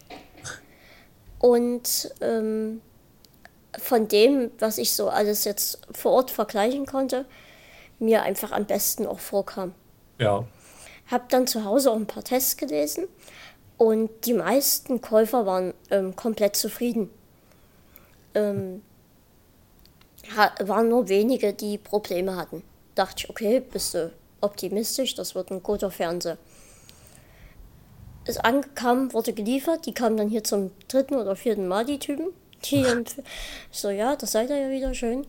Und ähm, von dem, was ich so alles jetzt vor Ort vergleichen konnte, mir einfach am besten auch vorkam. ja, Hab dann zu Hause auch ein paar Tests gelesen und die meisten Käufer waren ähm, komplett zufrieden. Ähm, ha waren nur wenige, die Probleme hatten. Dachte ich, okay, bist du optimistisch, das wird ein guter Fernseher. Es ankam, wurde geliefert, die kamen dann hier zum dritten oder vierten Mal, die Typen. Die dann so, ja, das seid ihr ja wieder schön.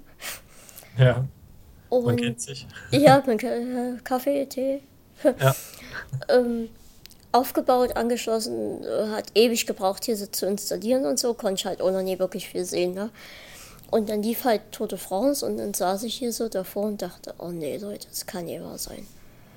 ja. Man Und kennt sich. ja, mein Ka- Kaffee, Tee. Ja, ähm, Aufgebaut, angeschlossen, äh, hat ewig gebraucht, hier so zu installieren und so, konnte ich halt auch noch nie wirklich viel sehen, ne? Und dann lief halt Tour de France und dann saß ich hier so davor und dachte, oh nee, Leute, das kann nicht wahr sein.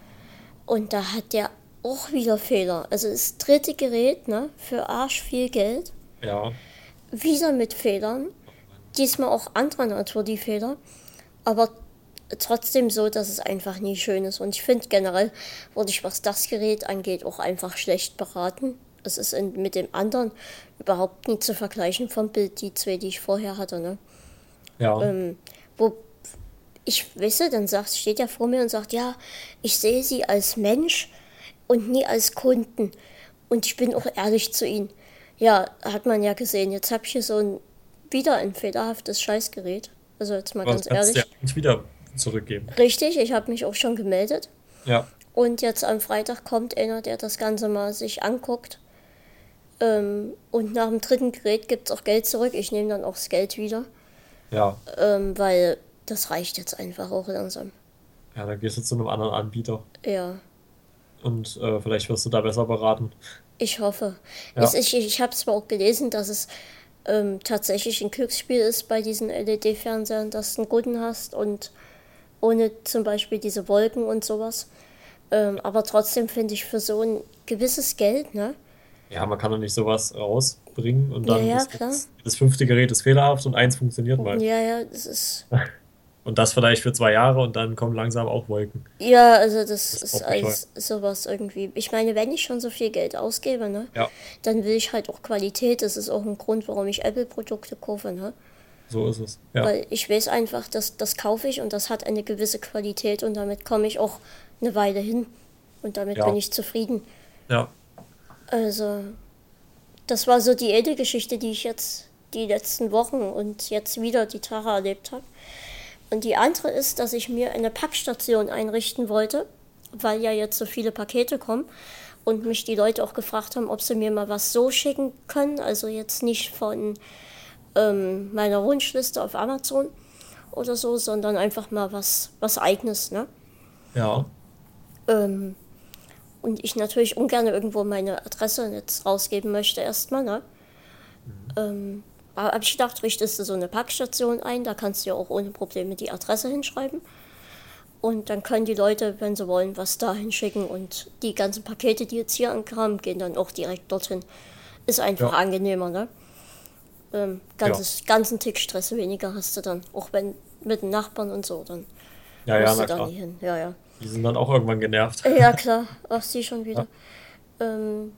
Und da hat der auch wieder Fehler. Also das dritte Gerät, ne, für arsch viel Geld, ja. wieder mit Fehlern. Diesmal auch anderer Natur die Fehler, aber trotzdem so, dass es einfach nie schön ist. Und ich finde generell wurde ich, was das Gerät angeht, auch einfach schlecht beraten. Es ist in, mit dem anderen überhaupt nie zu vergleichen vom Bild, die zwei, die ich vorher hatte. Ne? Ja, Ähm, wo ich wisse, dann sagt, steht er vor mir und sagt, ja, ich sehe sie als Mensch und nie als Kunden. Und ich bin auch ehrlich zu ihnen. Ja, hat man ja gesehen. Jetzt habe ich hier so ein wieder ein fehlerhaftes Scheißgerät. Also jetzt mal aber das ganz kannst du ja ehrlich. nicht wieder zurückgeben. Richtig, ich habe mich auch schon gemeldet. Ja, Und jetzt am Freitag kommt einer, der das Ganze mal sich anguckt. Ähm, und nach dem dritten Gerät gibt es auch Geld zurück. Ich nehme dann auch das Geld wieder. ja. Ähm, weil das reicht jetzt einfach auch langsam. Ja, dann gehst du zu einem anderen Anbieter Ja, und äh, vielleicht wirst du da besser beraten. ich hoffe. Ich, Ja, ich, ich habe zwar auch gelesen, dass es ähm, tatsächlich ein Glücksspiel ist bei diesen L E D-Fernsehern, dass du einen guten hast und ohne zum Beispiel diese Wolken und sowas. Ähm, aber trotzdem finde ich für so ein gewisses Geld, ne? ja, man kann doch nicht sowas rausbringen und Ja, dann ja, ist klar. das, das fünfte Gerät ist fehlerhaft und eins funktioniert mal. Ja, ja, das ist. Und das vielleicht für zwei Jahre und dann kommen langsam auch Wolken. Ja, also das Das ist ist auch bescheuert. alles sowas irgendwie. Ich meine, wenn ich schon so viel Geld ausgebe, ne, Ja, dann will ich halt auch Qualität. Das ist auch ein Grund, warum ich Apple-Produkte kaufe, ne? so ist es. Ja, Weil ich weiß einfach, dass das kaufe ich und das hat eine gewisse Qualität und damit komme ich auch eine Weile hin und damit bin ja, ich zufrieden. ja, Also, das war so die eine Geschichte, die ich jetzt die letzten Wochen und jetzt wieder die Tage erlebt habe. Und die andere ist, dass ich mir eine Packstation einrichten wollte, weil ja jetzt so viele Pakete kommen und mich die Leute auch gefragt haben, ob sie mir mal was so schicken können. Also jetzt nicht von ähm, meiner Wunschliste auf Amazon oder so, sondern einfach mal was, was Eigenes, ne? ja, Ähm, und ich natürlich ungern irgendwo meine Adresse jetzt rausgeben möchte erstmal, ne? Ähm, aber hab ich gedacht, richtest du so eine Packstation ein, da kannst du ja auch ohne Probleme die Adresse hinschreiben. Und dann können die Leute, wenn sie wollen, was da hinschicken und die ganzen Pakete, die jetzt hier ankamen, gehen dann auch direkt dorthin. Ist einfach ja, angenehmer, ne? Ähm, ja, ganzes, ganzen Tick Stress weniger hast du dann. Auch wenn mit den Nachbarn und so, dann ja, ja, musst du na da klar. nie hin. Ja, ja. Die sind dann auch irgendwann genervt. Ja, klar. Ach, sie schon wieder. Ja, Ähm,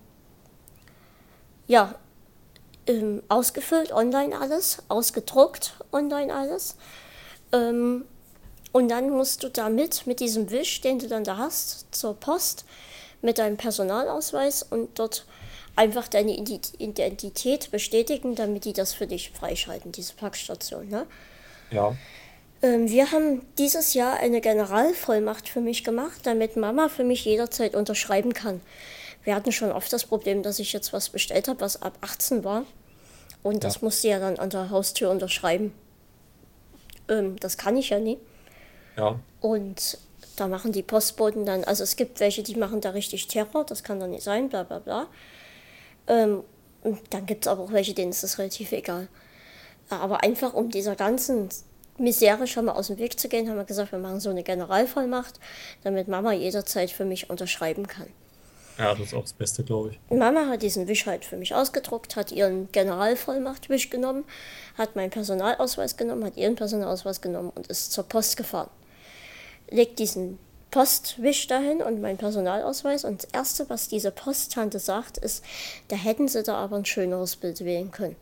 ja, ähm, ausgefüllt, online alles, ausgedruckt, online alles. Ähm, und dann musst du damit, mit diesem Wisch, den du dann da hast, zur Post, mit deinem Personalausweis und dort einfach deine Identität bestätigen, damit die das für dich freischalten, diese Packstation. Ne? ja, Ähm, wir haben dieses Jahr eine Generalvollmacht für mich gemacht, damit Mama für mich jederzeit unterschreiben kann. Wir hatten schon oft das Problem, dass ich jetzt was bestellt habe, was ab achtzehn war. Und ja, das musste ja dann an der Haustür unterschreiben. Ähm, das kann ich ja nie. ja, Und da machen die Postboten dann, also es gibt welche, die machen da richtig Terror, das kann doch nicht sein, bla bla bla. Ähm, und dann gibt es aber auch welche, denen ist das relativ egal. Aber einfach um dieser ganzen Misere schon mal aus dem Weg zu gehen, haben wir gesagt, wir machen so eine Generalvollmacht, damit Mama jederzeit für mich unterschreiben kann. Ja, das ist auch das Beste, glaube ich. Mama hat diesen Wisch halt für mich ausgedruckt, hat ihren Generalvollmachtwisch genommen, hat meinen Personalausweis genommen, hat ihren Personalausweis genommen und ist zur Post gefahren. Legt diesen Postwisch dahin und meinen Personalausweis und das Erste, was diese Posttante sagt, ist, da hätten sie da aber ein schöneres Bild wählen können.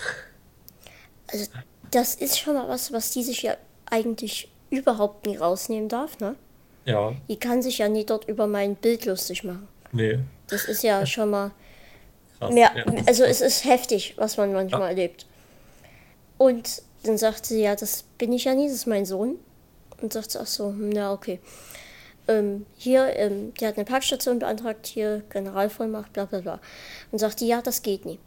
Also das ist schon mal was, was die sich ja eigentlich überhaupt nie rausnehmen darf, ne? Ja, Die kann sich ja nie dort über mein Bild lustig machen. nee, Das ist ja schon mal krass. mehr, Ja, das ist also es krass. ist heftig, was man Ja, manchmal erlebt. Und dann sagt sie, ja, das bin ich ja nie, das ist mein Sohn. Und sagt sie, ach so, hm, ja, okay. Ähm, hier, ähm, die hat eine Parkstation beantragt, hier Generalvollmacht, bla bla bla. Und sagte, ja, das geht nie.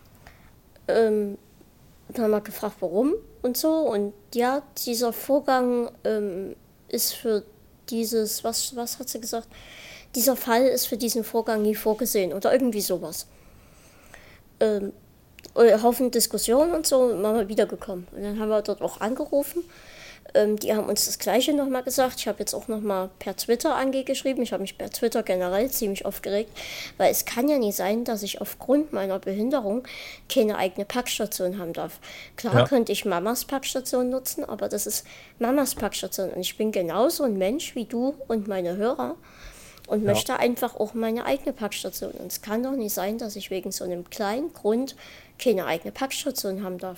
Ähm, Dann haben wir gefragt, warum und so. Und ja, dieser Vorgang ähm, ist für dieses, was, was hat sie gesagt? Dieser Fall ist für diesen Vorgang nie vorgesehen oder irgendwie sowas. Ähm, Haufen Diskussionen und so, sind wir mal wiedergekommen. Und dann haben wir dort auch angerufen. Ähm, die haben uns das Gleiche nochmal gesagt. Ich habe jetzt auch nochmal per Twitter angeschrieben. Ich habe mich per Twitter generell ziemlich aufgeregt, weil es kann ja nicht sein, dass ich aufgrund meiner Behinderung keine eigene Packstation haben darf. Klar ja, könnte ich Mamas Packstation nutzen, aber das ist Mamas Packstation. Und ich bin genauso ein Mensch wie du und meine Hörer und ja. möchte einfach auch meine eigene Packstation. Und es kann doch nicht sein, dass ich wegen so einem kleinen Grund keine eigene Packstation haben darf.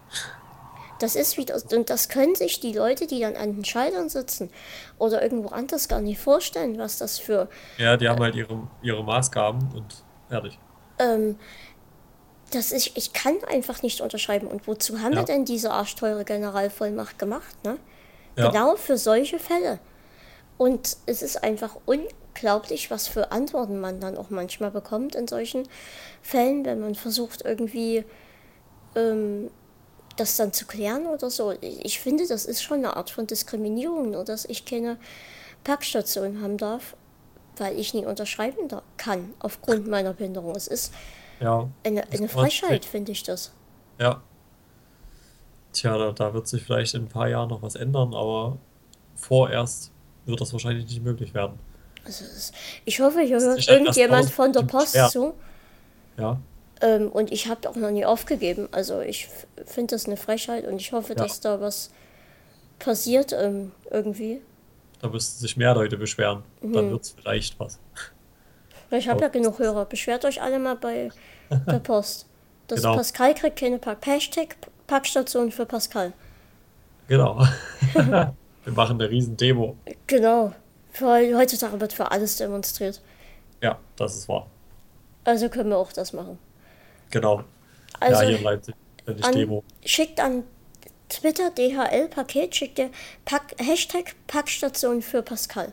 Das ist wieder, und das können sich die Leute, die dann an den Schaltern sitzen oder irgendwo anders gar nicht vorstellen, was das für, Ja, die haben halt ihre, ihre Maßgaben und fertig. ähm, das ist, ich kann einfach nicht unterschreiben. Und wozu haben wir Ja, denn diese arschteure Generalvollmacht gemacht, ne? ja, Genau für solche Fälle. Und es ist einfach unglaublich, was für Antworten man dann auch manchmal bekommt in solchen Fällen, wenn man versucht irgendwie ähm, das dann zu klären oder so. Ich finde, das ist schon eine Art von Diskriminierung, nur dass ich keine Packstation haben darf, weil ich nie unterschreiben da kann aufgrund meiner Behinderung. Es ist ja. eine, Das eine kann man Frechheit, verstehen. finde ich das. Ja. Tja, da, da wird sich vielleicht in ein paar Jahren noch was ändern, aber vorerst wird das wahrscheinlich nicht möglich werden. Also es ist, ich hoffe, hier Müsste hört sich halt erst irgendjemand tausend von der bestimmt Post beschweren. zu. Ja, Ähm, und ich habe auch noch nie aufgegeben. Also ich finde das eine Frechheit und ich hoffe, ja. dass da was passiert ähm, irgendwie. Da müssten sich mehr Leute beschweren. Dann wird es vielleicht was. Weil ich habe Aber ja genug Hörer. Beschwert euch alle mal bei der Post. Das genau, Pascal kriegt keine Pack. Hashtag Packstation für Pascal. genau. Wir machen eine riesen Demo. Genau. Weil heutzutage wird für alles demonstriert. Ja, das ist wahr. Also können wir auch das machen. Genau. Ja, Also hier in Leipzig finde ich an, Demo. schickt an Twitter D H L-Paket, schickt ihr Pack, Hashtag Packstation für Pascal.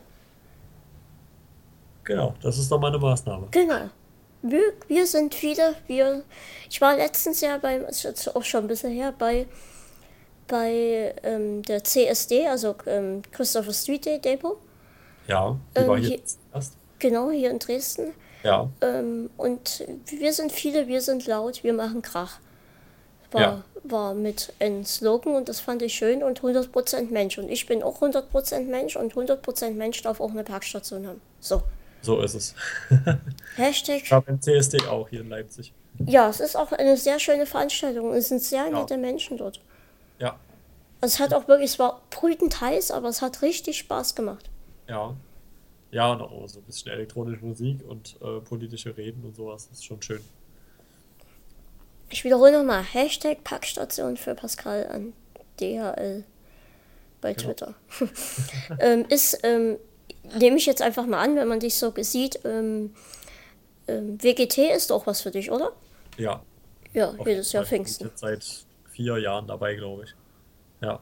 Genau, das ist doch mal eine Maßnahme. Genau. Wir, wir sind viele, wir. Ich war letztens ja beim, ist jetzt auch schon ein bisschen her, bei, bei ähm, der C S D, also ähm, Christopher Street Day Depot. Ja, die war Ähm, hier hier, erst. genau, hier in Dresden. Ja, Ähm, und wir sind viele, wir sind laut, wir machen Krach. ja, War, war mit einem Slogan und das fand ich schön und hundert Prozent Mensch. Und ich bin auch hundert Prozent Mensch und hundert Prozent Mensch darf auch eine Parkstation haben. So. so ist es. Hashtag. Ich habe im C S D auch hier in Leipzig. Ja, es ist auch eine sehr schöne Veranstaltung. Es sind sehr Ja, nette Menschen dort. ja, Also es hat auch wirklich, es war brütend heiß, aber es hat richtig Spaß gemacht. ja. Ja, und auch so ein bisschen elektronische Musik und äh, politische Reden und sowas. Das ist schon schön. Ich wiederhole nochmal. Hashtag Packstation für Pascal an D H L bei Genau. Twitter. ähm, ist, ähm, nehme ich jetzt einfach mal an, wenn man dich so sieht, ähm, ähm, W G T ist auch was für dich, oder? Ja, Ja, auf jeden jedes Jahr Fall. Bin ich Pfingsten. jetzt seit vier Jahren dabei, glaube ich. Ja,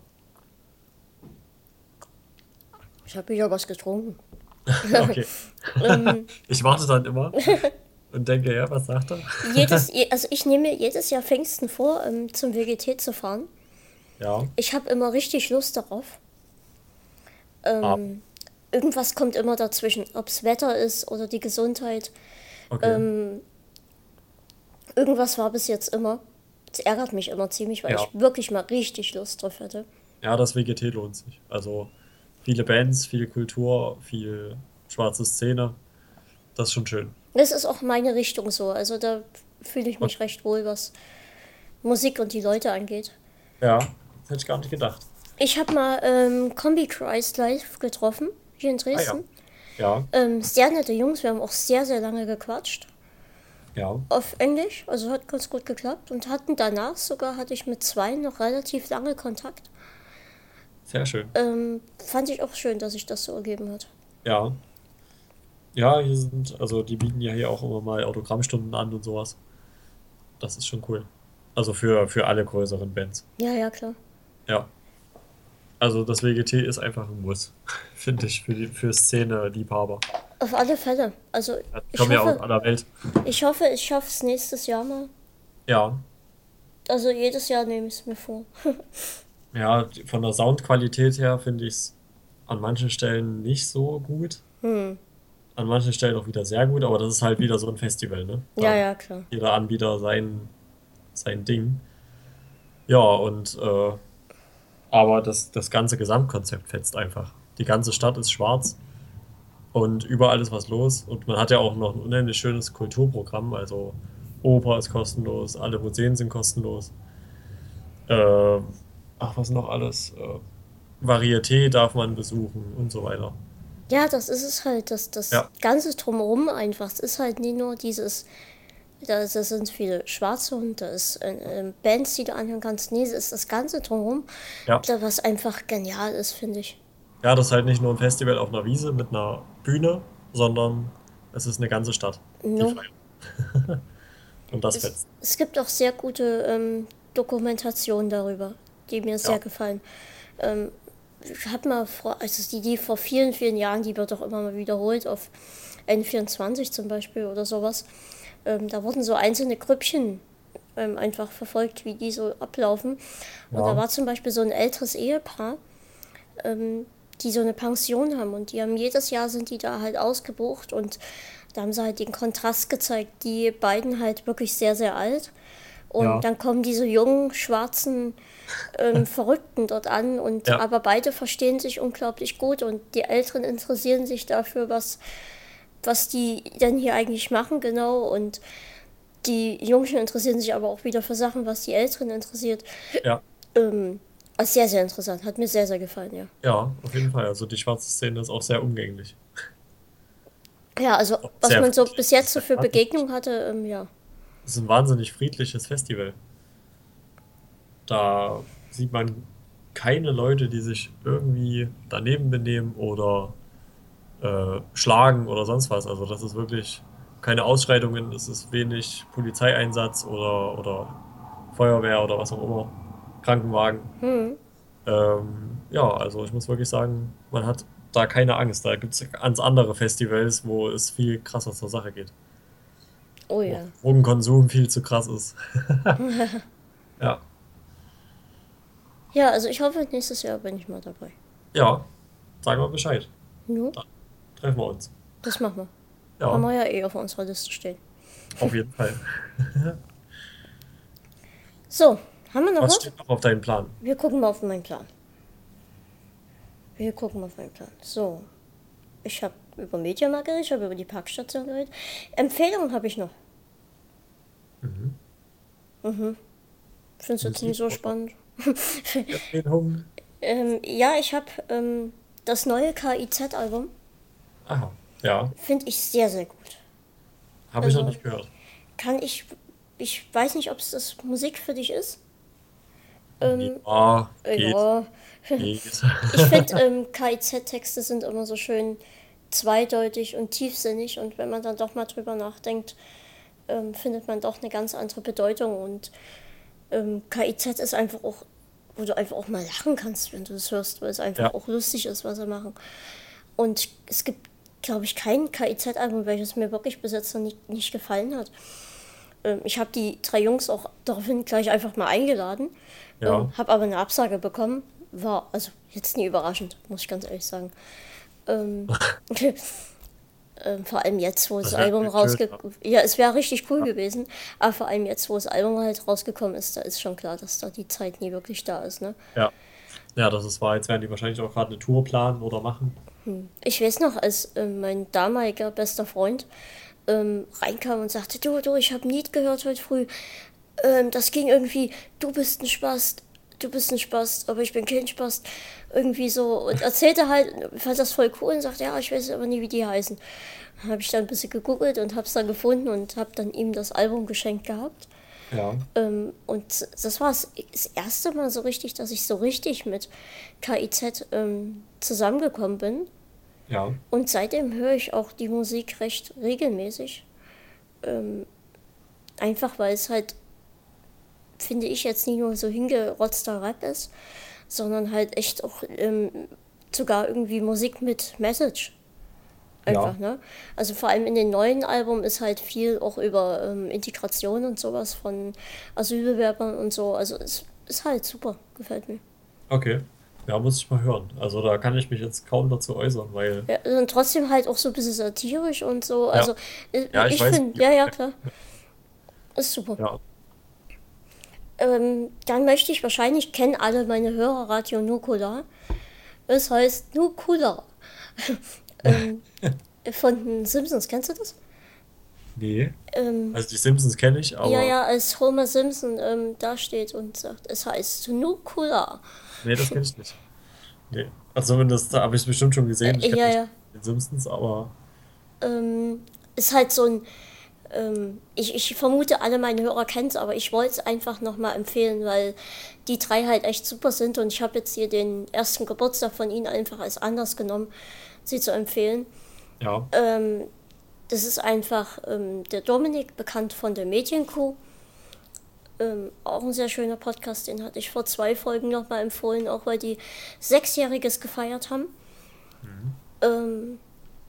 Ich habe wieder was getrunken. okay. ähm, Ich warte dann immer und denke, ja, was sagt er? jedes, je- also ich nehme mir jedes Jahr Pfingsten vor, ähm, zum W G T zu fahren. Ja, Ich habe immer richtig Lust darauf. ab. Ähm, Irgendwas kommt immer dazwischen, ob es Wetter ist oder die Gesundheit. Okay. Ähm, Irgendwas war bis jetzt immer. Das ärgert mich immer ziemlich, weil Ja. ich wirklich mal richtig Lust drauf hätte. Ja, das W G T lohnt sich. Also viele Bands, viel Kultur, viel schwarze Szene. Das ist schon schön. Das ist auch meine Richtung so. Also da fühle ich Und mich recht wohl, was Musik und die Leute angeht. ja, das hätte ich gar nicht gedacht. Ich habe mal ähm, Combi Christ live getroffen, hier in Ah ja. Dresden. Ja, Ähm, sehr nette Jungs, wir haben auch sehr, sehr lange gequatscht. ja, Auf Englisch, also hat ganz gut geklappt. Und hatten danach sogar, hatte ich mit zwei noch relativ lange Kontakt. sehr schön. Ähm, fand ich auch schön, dass sich das so ergeben hat. Ja. Ja, hier sind, also die bieten ja hier auch immer mal Autogrammstunden an und sowas. Das ist schon cool. Also für, für alle größeren Bands. Ja, ja, klar. Ja. Also das W G T ist einfach ein Muss, finde ich, für die, für Szene-Liebhaber. Auf alle Fälle. Also Ja, die ich kommen ja aus hoffe, aller Welt. ich hoffe, ich schaffe es nächstes Jahr mal. Ja. Also jedes Jahr nehme ich es mir vor. Ja, die- von der Soundqualität her finde ich es an manchen Stellen nicht so gut. Hm. An manchen Stellen auch wieder sehr gut, aber das ist halt wieder so ein Festival, ne? Ja, Da ja, klar. jeder Anbieter sein, sein Ding. Ja, und äh, aber das, das ganze Gesamtkonzept fetzt einfach. Die ganze Stadt ist schwarz und überall ist was los. Und man hat ja auch noch ein unheimlich schönes Kulturprogramm. Also Oper ist kostenlos, alle Museen sind kostenlos. Äh, ach, was noch alles? Äh, Varieté darf man besuchen und so weiter. Ja, das ist es halt, das, das Ja, Ganze drumherum einfach. Es ist halt nicht nur dieses, da, da sind viele Schwarze und da ist äh, äh, Bands, die du anhören kannst. Nee, es ist das Ganze drumherum, ja. da, was einfach genial ist, finde ich. Ja, das ist halt nicht nur ein Festival auf einer Wiese mit einer Bühne, sondern es ist eine ganze Stadt, die No. feiert. Und das Es, fetzt. es gibt auch sehr gute ähm, Dokumentationen darüber, die mir sehr Ja, gefallen. Ähm, ich habe mal vor, also die, die vor vielen, vielen Jahren, die wird auch immer mal wiederholt auf N vierundzwanzig zum Beispiel oder sowas. Ähm, da wurden so einzelne Grüppchen ähm, einfach verfolgt, wie die so ablaufen. Und da ja, war zum Beispiel so ein älteres Ehepaar, ähm, die so eine Pension haben und die haben jedes Jahr sind die da halt ausgebucht und da haben sie halt den Kontrast gezeigt, die beiden halt wirklich sehr, sehr alt und ja, dann kommen diese jungen, schwarzen ähm, Verrückten dort an und ja, aber beide verstehen sich unglaublich gut und die Älteren interessieren sich dafür, was, was die denn hier eigentlich machen genau und die Jungen interessieren sich aber auch wieder für Sachen, was die Älteren interessiert. ja, Ähm, also sehr, sehr interessant, hat mir sehr, sehr gefallen, ja. ja, auf jeden Fall. Also die schwarze Szene ist auch sehr umgänglich. Ja, also Auch was sehr man so friedlich. bis Es jetzt ist so ein für wahnsinnig, Begegnungen hatte, ähm, ja. es ist ein wahnsinnig friedliches Festival. Da sieht man keine Leute, die sich irgendwie daneben benehmen oder äh, schlagen oder sonst was. Also das ist wirklich keine Ausschreitungen, es ist wenig Polizeieinsatz oder, oder Feuerwehr oder was auch immer, Krankenwagen. Hm. Ähm, ja, also ich muss wirklich sagen, man hat da keine Angst. Da gibt es ganz andere Festivals, wo es viel krasser zur Sache geht. Oh Wo ja. Drogenkonsum viel zu krass ist. Ja, Ja, also ich hoffe, nächstes Jahr bin ich mal dabei. ja, sagen wir Bescheid. No, Dann treffen wir uns. das machen wir. Haben Ja, wir ja eh auf unserer Liste stehen. auf jeden Fall. So, haben wir noch Was was? steht noch auf deinem Plan? Wir gucken mal auf meinen Plan. Wir gucken mal auf meinen Plan. So, ich habe über Mediamarkt geredet, ich habe über die Parkstation geredet. Empfehlungen habe ich noch. Mhm. Ich finde es jetzt nicht Musik so oder spannend. Empfehlungen? ähm, ja, ich habe ähm, das neue K I Z-Album. Aha, ja, Finde ich sehr, sehr gut. habe ich noch Also nicht gehört. kann ich, ich weiß nicht, ob es das Musik für dich ist. Ähm, Ja, geht, ja, geht. ich finde, ähm, K I Z-Texte sind immer so schön zweideutig und tiefsinnig und wenn man dann doch mal drüber nachdenkt, ähm, findet man doch eine ganz andere Bedeutung und ähm, K I Z ist einfach auch, wo du einfach auch mal lachen kannst, wenn du es hörst, weil es einfach Ja, auch lustig ist, was sie machen. Und es gibt, glaube ich, kein K I Z-Album, welches mir wirklich bis jetzt noch nicht, nicht gefallen hat. Ähm, ich habe die drei Jungs auch daraufhin gleich einfach mal eingeladen, ähm, ja, habe aber eine Absage bekommen. War also jetzt nie überraschend, muss ich ganz ehrlich sagen. Ähm, Ähm, vor allem jetzt, wo das Das wäre Album natürlich schön. rausgekommen ist. Ja, es wäre richtig cool gewesen. Aber vor allem jetzt, wo das Album halt rausgekommen ist, da ist schon klar, dass da die Zeit nie wirklich da ist, ne? Ja, ja, das ist wahr. Jetzt werden die wahrscheinlich auch gerade eine Tour planen oder machen. Ich weiß noch, als ähm, mein damaliger bester Freund ähm, reinkam und sagte, du, du, ich habe ein Lied gehört heute früh. Ähm, das ging irgendwie, du bist ein Spast, du bist ein Spast, aber ich bin kein Spast. Irgendwie so und erzählte halt, fand das voll cool und sagte, ja, ich weiß aber nie, wie die heißen. Dann habe ich dann ein bisschen gegoogelt und habe es dann gefunden und habe dann ihm das Album geschenkt gehabt. Ja, Ähm, und das war das erste Mal so richtig, dass ich so richtig mit K I Z ähm, zusammengekommen bin. ja, Und seitdem höre ich auch die Musik recht regelmäßig. Ähm, Einfach weil es halt, finde ich, jetzt nicht nur so hingerotzter Rap ist, sondern halt echt auch ähm, sogar irgendwie Musik mit Message. ja. Einfach, ne? Also vor allem in den neuen Alben ist halt viel auch über ähm, Integration und sowas von Asylbewerbern und so. Also es ist halt super, gefällt mir. Okay. Ja, muss ich mal hören. Also da kann ich mich jetzt kaum dazu äußern, weil, Ja, und trotzdem halt auch so ein bisschen satirisch und so. ja, Also äh, ja, ich ich weiß. finde, ja, ja, klar, ist super. Ja, Ähm, dann möchte ich wahrscheinlich, kennen alle meine Hörer Radio Nukular. Es heißt Nukular. ähm, von den Simpsons, kennst du das? nee. Ähm, Also die Simpsons kenne ich, ja, aber ja, als Homer Simpson ähm, dasteht und sagt, es heißt Nukular. nee, das kenne ich nicht. Nee. Also zumindest habe ich es bestimmt schon gesehen. Ich Äh, kenne ja, mich ja. mit den Simpsons, aber Ähm, ist halt so ein, ähm, ich, ich vermute, alle meine Hörer kennen es, aber ich wollte es einfach nochmal empfehlen, weil die drei halt echt super sind und ich habe jetzt hier den ersten Geburtstag von ihnen einfach als Anlass genommen, sie zu empfehlen. ja. Ähm, Das ist einfach ähm, der Dominik, bekannt von der Medienkuh. Ähm, auch ein sehr schöner Podcast, den hatte ich vor zwei Folgen nochmal empfohlen, auch weil die Sechsjähriges gefeiert haben. Mhm. Ähm,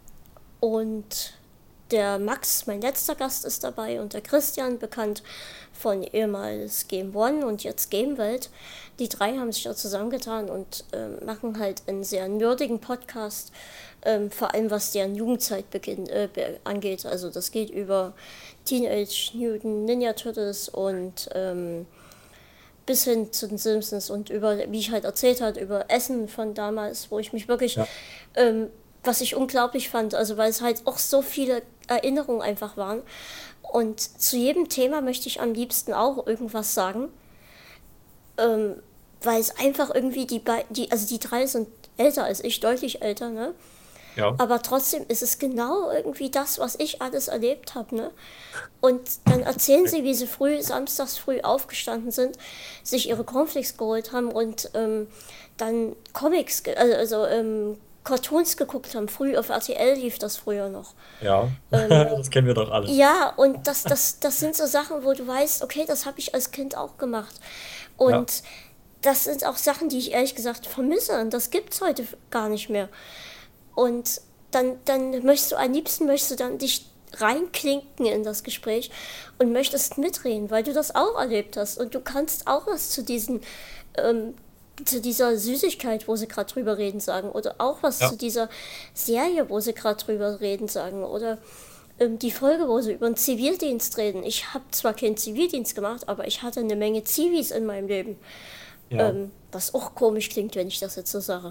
und der Max, mein letzter Gast, ist dabei und der Christian, bekannt von ehemals Game One und jetzt Game Welt. Die drei haben sich da zusammengetan und ähm, machen halt einen sehr nerdigen Podcast, ähm, vor allem was deren Jugendzeit beginn, äh, be- angeht. Also das geht über Teenage Mutant Ninja Turtles und ähm, bis hin zu den Simpsons und über, wie ich halt erzählt habe, über Essen von damals, wo ich mich wirklich, Ja. ähm, was ich unglaublich fand, also weil es halt auch so viele Erinnerungen einfach waren. Und zu jedem Thema möchte ich am liebsten auch irgendwas sagen, ähm, weil es einfach irgendwie die, Be die, also die drei sind älter als ich, deutlich älter, ne? Ja. Aber trotzdem ist es genau irgendwie das, was ich alles erlebt habe, ne? Und dann erzählen sie, wie sie früh, samstags früh aufgestanden sind, sich ihre Cornflakes geholt haben und ähm, dann Comics, ge- also, also ähm, Cartoons geguckt haben. Früh auf R T L lief das früher noch. Ja. Ähm, Das kennen wir doch alle. ja, und das, das, das sind so Sachen, wo du weißt, okay, das habe ich als Kind auch gemacht. Ja. Und das sind auch Sachen, die ich ehrlich gesagt vermisse. Und das gibt's heute gar nicht mehr. Und dann, dann möchtest du, am liebsten möchtest du dann dich reinklinken in das Gespräch und möchtest mitreden, weil du das auch erlebt hast. Und du kannst auch was zu diesen, ähm, zu dieser Süßigkeit, wo sie gerade drüber reden, sagen. Oder auch was Ja. zu dieser Serie, wo sie gerade drüber reden, sagen. Oder ähm, die Folge, wo sie über den Zivildienst reden. Ich habe zwar keinen Zivildienst gemacht, aber ich hatte eine Menge Zivis in meinem Leben. Ja. Ähm, was auch komisch klingt, wenn ich das jetzt so sage.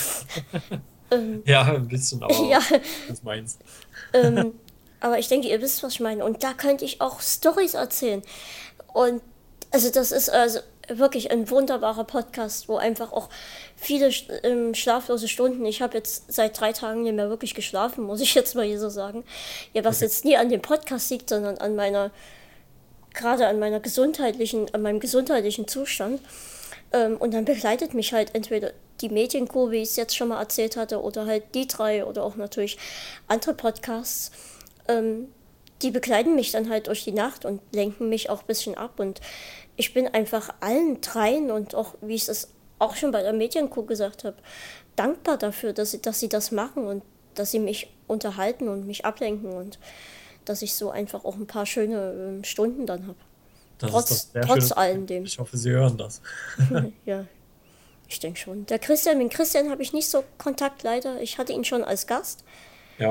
ähm, Ja, ein bisschen, ja, aber das ist meins. ähm, aber ich denke, ihr wisst, was ich meine. Und da könnte ich auch Storys erzählen. Und also das ist also wirklich ein wunderbarer Podcast, wo einfach auch viele ähm, schlaflose Stunden. Ich habe jetzt seit drei Tagen nicht mehr wirklich geschlafen, muss ich jetzt mal hier so sagen. Ja, was Okay. jetzt nie an dem Podcast liegt, sondern an meiner, gerade an meiner gesundheitlichen, an meinem gesundheitlichen Zustand. Ähm, und dann begleitet mich halt entweder die Medienkuh, wie ich es jetzt schon mal erzählt hatte, oder halt die drei oder auch natürlich andere Podcasts. Ähm, Die begleiten mich dann halt durch die Nacht und lenken mich auch ein bisschen ab. Und ich bin einfach allen dreien und auch, wie ich es auch schon bei der Medienkuh gesagt habe, dankbar dafür, dass sie, dass sie das machen und dass sie mich unterhalten und mich ablenken und dass ich so einfach auch ein paar schöne ähm, Stunden dann habe. Das ist doch Trotz, sehr trotz schön. allem dem. Ich hoffe, Sie hören das. Ja, ich denke schon. Der Christian, mit Christian habe ich nicht so Kontakt leider. Ich hatte ihn schon als Gast. Ja.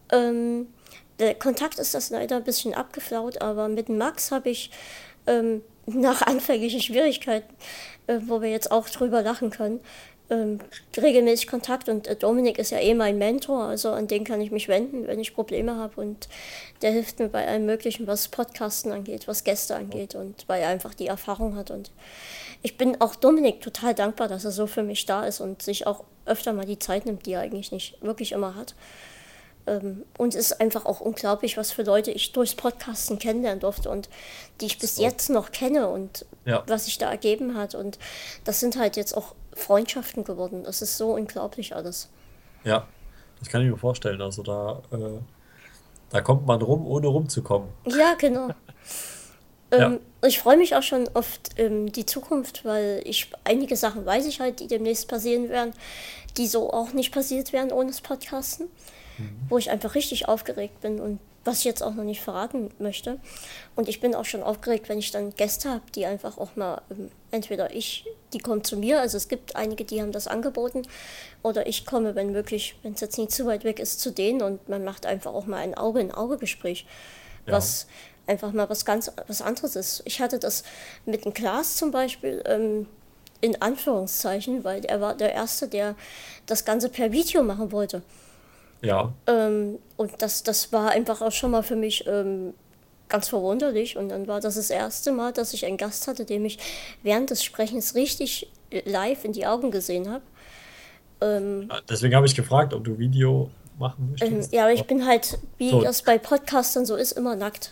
Ähm, der Kontakt ist das leider ein bisschen abgeflaut, aber mit Max habe ich ähm, nach anfänglichen Schwierigkeiten, äh, wo wir jetzt auch drüber lachen können, ähm, regelmäßig Kontakt und äh, Dominik ist ja eh mein Mentor, also an den kann ich mich wenden, wenn ich Probleme habe und der hilft mir bei allem Möglichen, was Podcasten angeht, was Gäste angeht und weil er einfach die Erfahrung hat und ich bin auch Dominik total dankbar, dass er so für mich da ist und sich auch öfter mal die Zeit nimmt, die er eigentlich nicht wirklich immer hat. Ähm, und es ist einfach auch unglaublich, was für Leute ich durchs Podcasten kennenlernen durfte und die ich bis So. jetzt noch kenne und Ja, was sich da ergeben hat. Und das sind halt jetzt auch Freundschaften geworden. Das ist so unglaublich alles. ja, das kann ich mir vorstellen. Also da, äh, da kommt man rum, ohne rumzukommen. Ja, genau. Ja, Ähm, ich freue mich auch schon auf ähm, die Zukunft, weil ich einige Sachen weiß ich halt, die demnächst passieren werden, die so auch nicht passiert wären ohne das Podcasten, mhm. wo ich einfach richtig aufgeregt bin und was ich jetzt auch noch nicht verraten möchte. Und ich bin auch schon aufgeregt, wenn ich dann Gäste habe, die einfach auch mal, ähm, entweder ich, die kommen zu mir, also es gibt einige, die haben das angeboten, oder ich komme, wenn wirklich, wenn es jetzt nicht zu weit weg ist, zu denen und man macht einfach auch mal ein Auge-in-Auge-Gespräch, Ja, was einfach mal was ganz was anderes ist. Ich hatte das mit dem Klaas zum Beispiel, ähm, in Anführungszeichen, weil er war der Erste, der das Ganze per Video machen wollte. ja. Ähm, und das, das war einfach auch schon mal für mich ähm, ganz verwunderlich. Und dann war das das erste Mal, dass ich einen Gast hatte, dem ich während des Sprechens richtig live in die Augen gesehen habe. Ähm, Ja, deswegen habe ich gefragt, ob du Video machen ähm, möchtest. ja, aber ich Aber bin halt, wie so. das bei Podcastern so ist, immer nackt.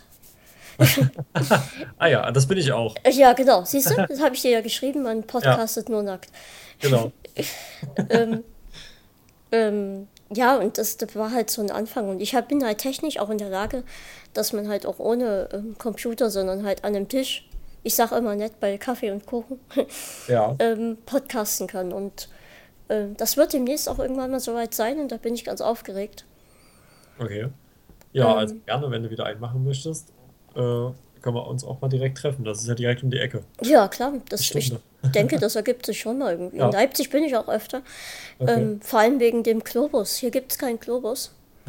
Ah ja, das bin ich auch. Äh, Ja, genau. Siehst du, das habe ich dir ja geschrieben, man Ja, podcastet nur nackt. genau. Ähm, ähm, ja, und das, das war halt so ein Anfang. Und ich hab, bin halt technisch auch in der Lage, dass man halt auch ohne ähm, Computer, sondern halt an einem Tisch, ich sag immer nett bei Kaffee und Kuchen, Ja, ähm, podcasten kann. Und ähm, das wird demnächst auch irgendwann mal soweit sein und da bin ich ganz aufgeregt. okay. Ja, also Ähm, gerne, wenn du wieder einen machen möchtest, äh, können wir uns auch mal direkt treffen. Das ist ja direkt um die Ecke. ja, klar, Eine das, ich Stunde. denke, das ergibt sich schon mal irgendwie. In Ja, Leipzig bin ich auch öfter, okay. ähm, vor allem wegen dem Globus. Hier gibt es keinen Globus.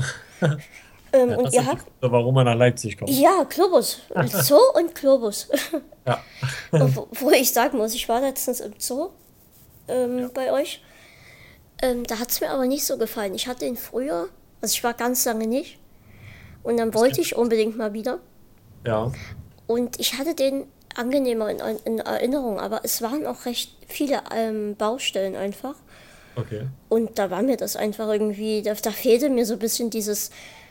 Ähm, Ja, und das ihr erklärt, habt, warum man nach Leipzig kommt. ja, Globus, Zoo und Globus. Ja. Wo, wo ich sagen muss, ich war letztens im Zoo ähm, Ja. bei euch. Ähm, da hat es mir aber nicht so gefallen. Ich hatte ihn früher, also ich war ganz lange nicht. Und dann Das wollte klingt ich schlecht. unbedingt mal wieder. Ja, Und ich hatte den angenehmer in, in Erinnerung, aber es waren auch recht viele ähm, Baustellen einfach. okay. Und da war mir das einfach irgendwie, da, da fehlte mir so ein bisschen dieses,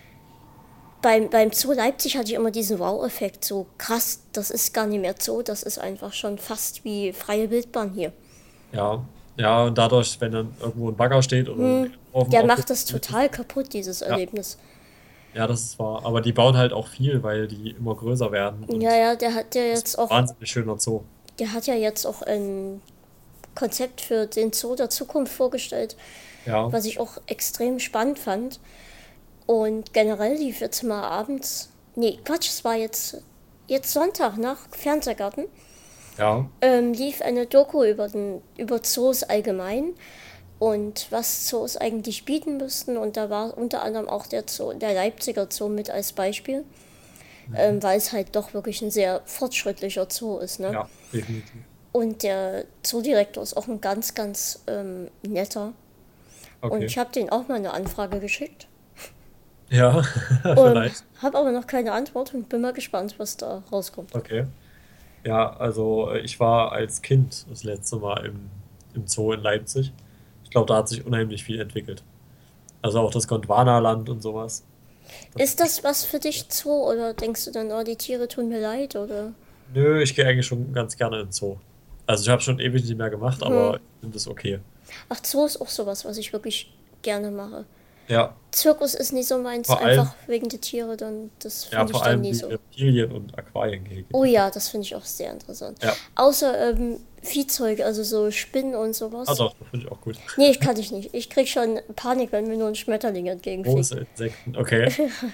beim, beim Zoo Leipzig hatte ich immer diesen Wow-Effekt, so krass, das ist gar nicht mehr Zoo, das ist einfach schon fast wie freie Wildbahn hier. Ja. Ja, und dadurch, wenn dann irgendwo ein Bagger steht oder ein Ofen Der macht aufgebaut das wird, total kaputt, dieses ja, Erlebnis. ja, das ist wahr. Aber die bauen halt auch viel, weil die immer größer werden Ja, und ja, der hat ja das ist jetzt ein auch, wahnsinnig schöner Zoo. der hat ja jetzt auch ein Konzept für den Zoo der Zukunft vorgestellt, Ja, was ich auch extrem spannend fand. Und generell lief jetzt mal abends, nee, Quatsch, es war jetzt, jetzt Sonntag nach Fernsehgarten, ja. ähm, lief eine Doku über, den, über Zoos allgemein und was Zoos eigentlich bieten müssten. Und da war unter anderem auch der Zoo, der Leipziger Zoo mit als Beispiel, Mhm. ähm, weil es halt doch wirklich ein sehr fortschrittlicher Zoo ist, ne? Ja, definitiv. Und der Zoodirektor ist auch ein ganz, ganz ähm, netter. Und Okay. ich habe den auch mal eine Anfrage geschickt. Ja, Ähm, vielleicht. habe aber noch keine Antwort und bin mal gespannt, was da rauskommt. Okay. Ja, also äh, ich war als Kind das letzte Mal im, im Zoo in Leipzig. Ich glaube, da hat sich unheimlich viel entwickelt. Also auch das Gondwanaland und sowas. Das Ist ist das schon was für toll. dich Zoo oder denkst du dann, oh, die Tiere tun mir leid oder? Nö, ich gehe eigentlich schon ganz gerne in den Zoo. Also ich habe schon ewig nicht mehr gemacht, Hm. aber ich finde es okay. Ach, Zoo ist auch sowas, was ich wirklich gerne mache. Ja, Zirkus ist nicht so meins, vor allem, einfach wegen der Tiere, dann das ja, finde ich vor dann allem nie die so. Reptilien und Aquariengehege, Oh die finde ja, ich. das finde ich auch sehr interessant. Ja, Außer ähm, Viehzeug, also so Spinnen und ah sowas. doch, das finde ich auch gut. Nee, ich kann ich nicht. Ich krieg schon Panik, wenn mir nur ein Schmetterling entgegenfliegt. Große Insekten, okay.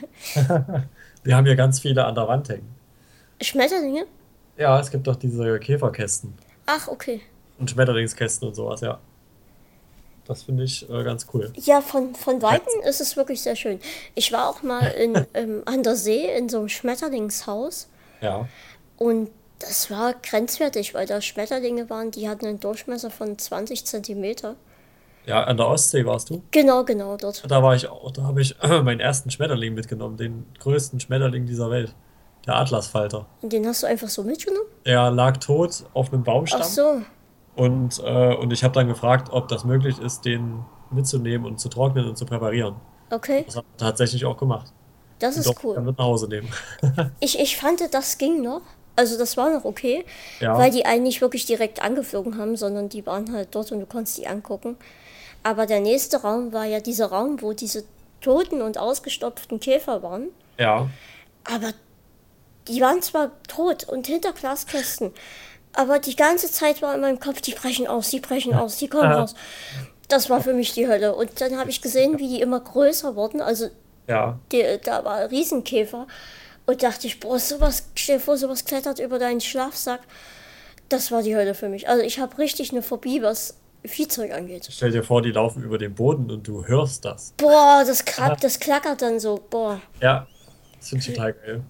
Wir haben hier ganz viele an der Wand hängen. Schmetterlinge? Ja, es gibt doch diese Käferkästen Ach, okay. und Schmetterlingskästen und sowas, ja. Das finde ich äh, ganz cool. Ja, von, von Ja. Weitem ist es wirklich sehr schön. Ich war auch mal in, ähm, an der See in so einem Schmetterlingshaus Ja. und das war grenzwertig, weil da Schmetterlinge waren, die hatten einen Durchmesser von zwanzig Zentimeter. Ja, an der Ostsee warst du? Genau, genau dort. Da war ich auch, da habe ich meinen ersten Schmetterling mitgenommen, den größten Schmetterling dieser Welt, der Atlasfalter. Und den hast du einfach so mitgenommen? Er lag tot auf einem Ach Baumstamm so, und, äh, und ich habe dann gefragt, ob das möglich ist, den mitzunehmen und zu trocknen und zu präparieren. okay. Das hat er tatsächlich auch gemacht. Das Den ist durfte ich cool. dann mit nach Hause nehmen. Ich, ich fand, das ging noch. Also das war noch okay, weil Ja, die einen nicht wirklich direkt angeflogen haben, sondern die waren halt dort und du konntest die angucken. Aber der nächste Raum war ja dieser Raum, wo diese toten und ausgestopften Käfer waren. ja. Aber die waren zwar tot und hinter Glaskästen, aber die ganze Zeit war in meinem Kopf, die brechen aus, die brechen aus, die kommen raus. Das war für mich die Hölle. Und dann habe ich gesehen, wie die immer größer wurden. Also Ja, die, da war ein Riesenkäfer. Und dachte ich, boah, sowas, stell dir vor, sowas klettert über deinen Schlafsack. Das war die Hölle für mich. Also ich habe richtig eine Phobie, was Viehzeug angeht. stell dir vor, die laufen über den Boden und du hörst das. Boah, das klappt, das klackert dann so. Boah, Ja, das finde ich total geil.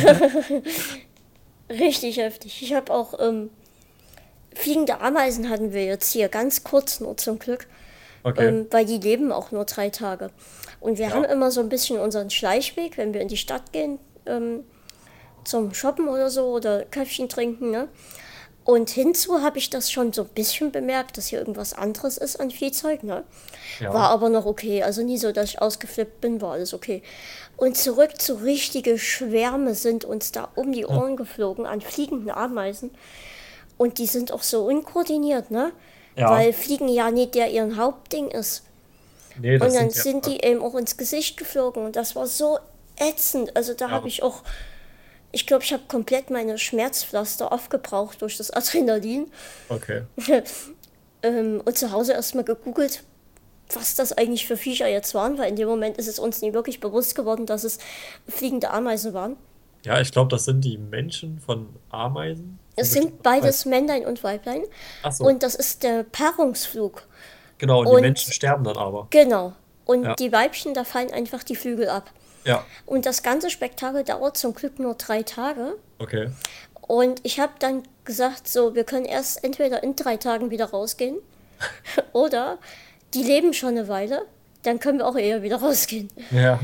richtig heftig. Ich habe auch ähm, fliegende Ameisen hatten wir jetzt hier, ganz kurz nur zum Glück, Okay, ähm, weil die leben auch nur drei Tage. Und wir haben ja, immer so ein bisschen unseren Schleichweg, wenn wir in die Stadt gehen, ähm, zum Shoppen oder so oder Käffchen trinken, ne? Und hinzu habe ich das schon so ein bisschen bemerkt, dass hier irgendwas anderes ist an Viehzeug, ne? ja. War aber noch okay. Also nie so, dass ich ausgeflippt bin, war alles okay. Und zurück zu richtige Schwärme sind uns da um die Hm. Ohren geflogen an fliegenden Ameisen. Und die sind auch so unkoordiniert, ne? Ja, Weil Fliegen ja nicht der ihren Hauptding ist. nee, Und das dann sind ja, sind die eben auch ins Gesicht geflogen. Und das war so ätzend. Also da habe ja, ich auch, ich glaube, ich habe komplett meine Schmerzpflaster aufgebraucht durch das Adrenalin. okay. Ähm, und zu Hause erstmal gegoogelt, was das eigentlich für Viecher jetzt waren, weil in dem Moment ist es uns nie wirklich bewusst geworden, dass es fliegende Ameisen waren. Ja, ich glaube, das sind die Menschen von Ameisen. Von Es sind bestimmten Ameisen. beides Männlein und Weiblein Ach so, und das ist der Paarungsflug. genau, und die Menschen Und sterben dann aber. genau, und Ja, die Weibchen, da fallen einfach die Flügel ab. ja, Und das ganze Spektakel dauert zum Glück nur drei Tage. okay. Und ich habe dann gesagt, so, wir können erst entweder in drei Tagen wieder rausgehen oder die leben schon eine Weile, dann können wir auch eher wieder rausgehen. Ja,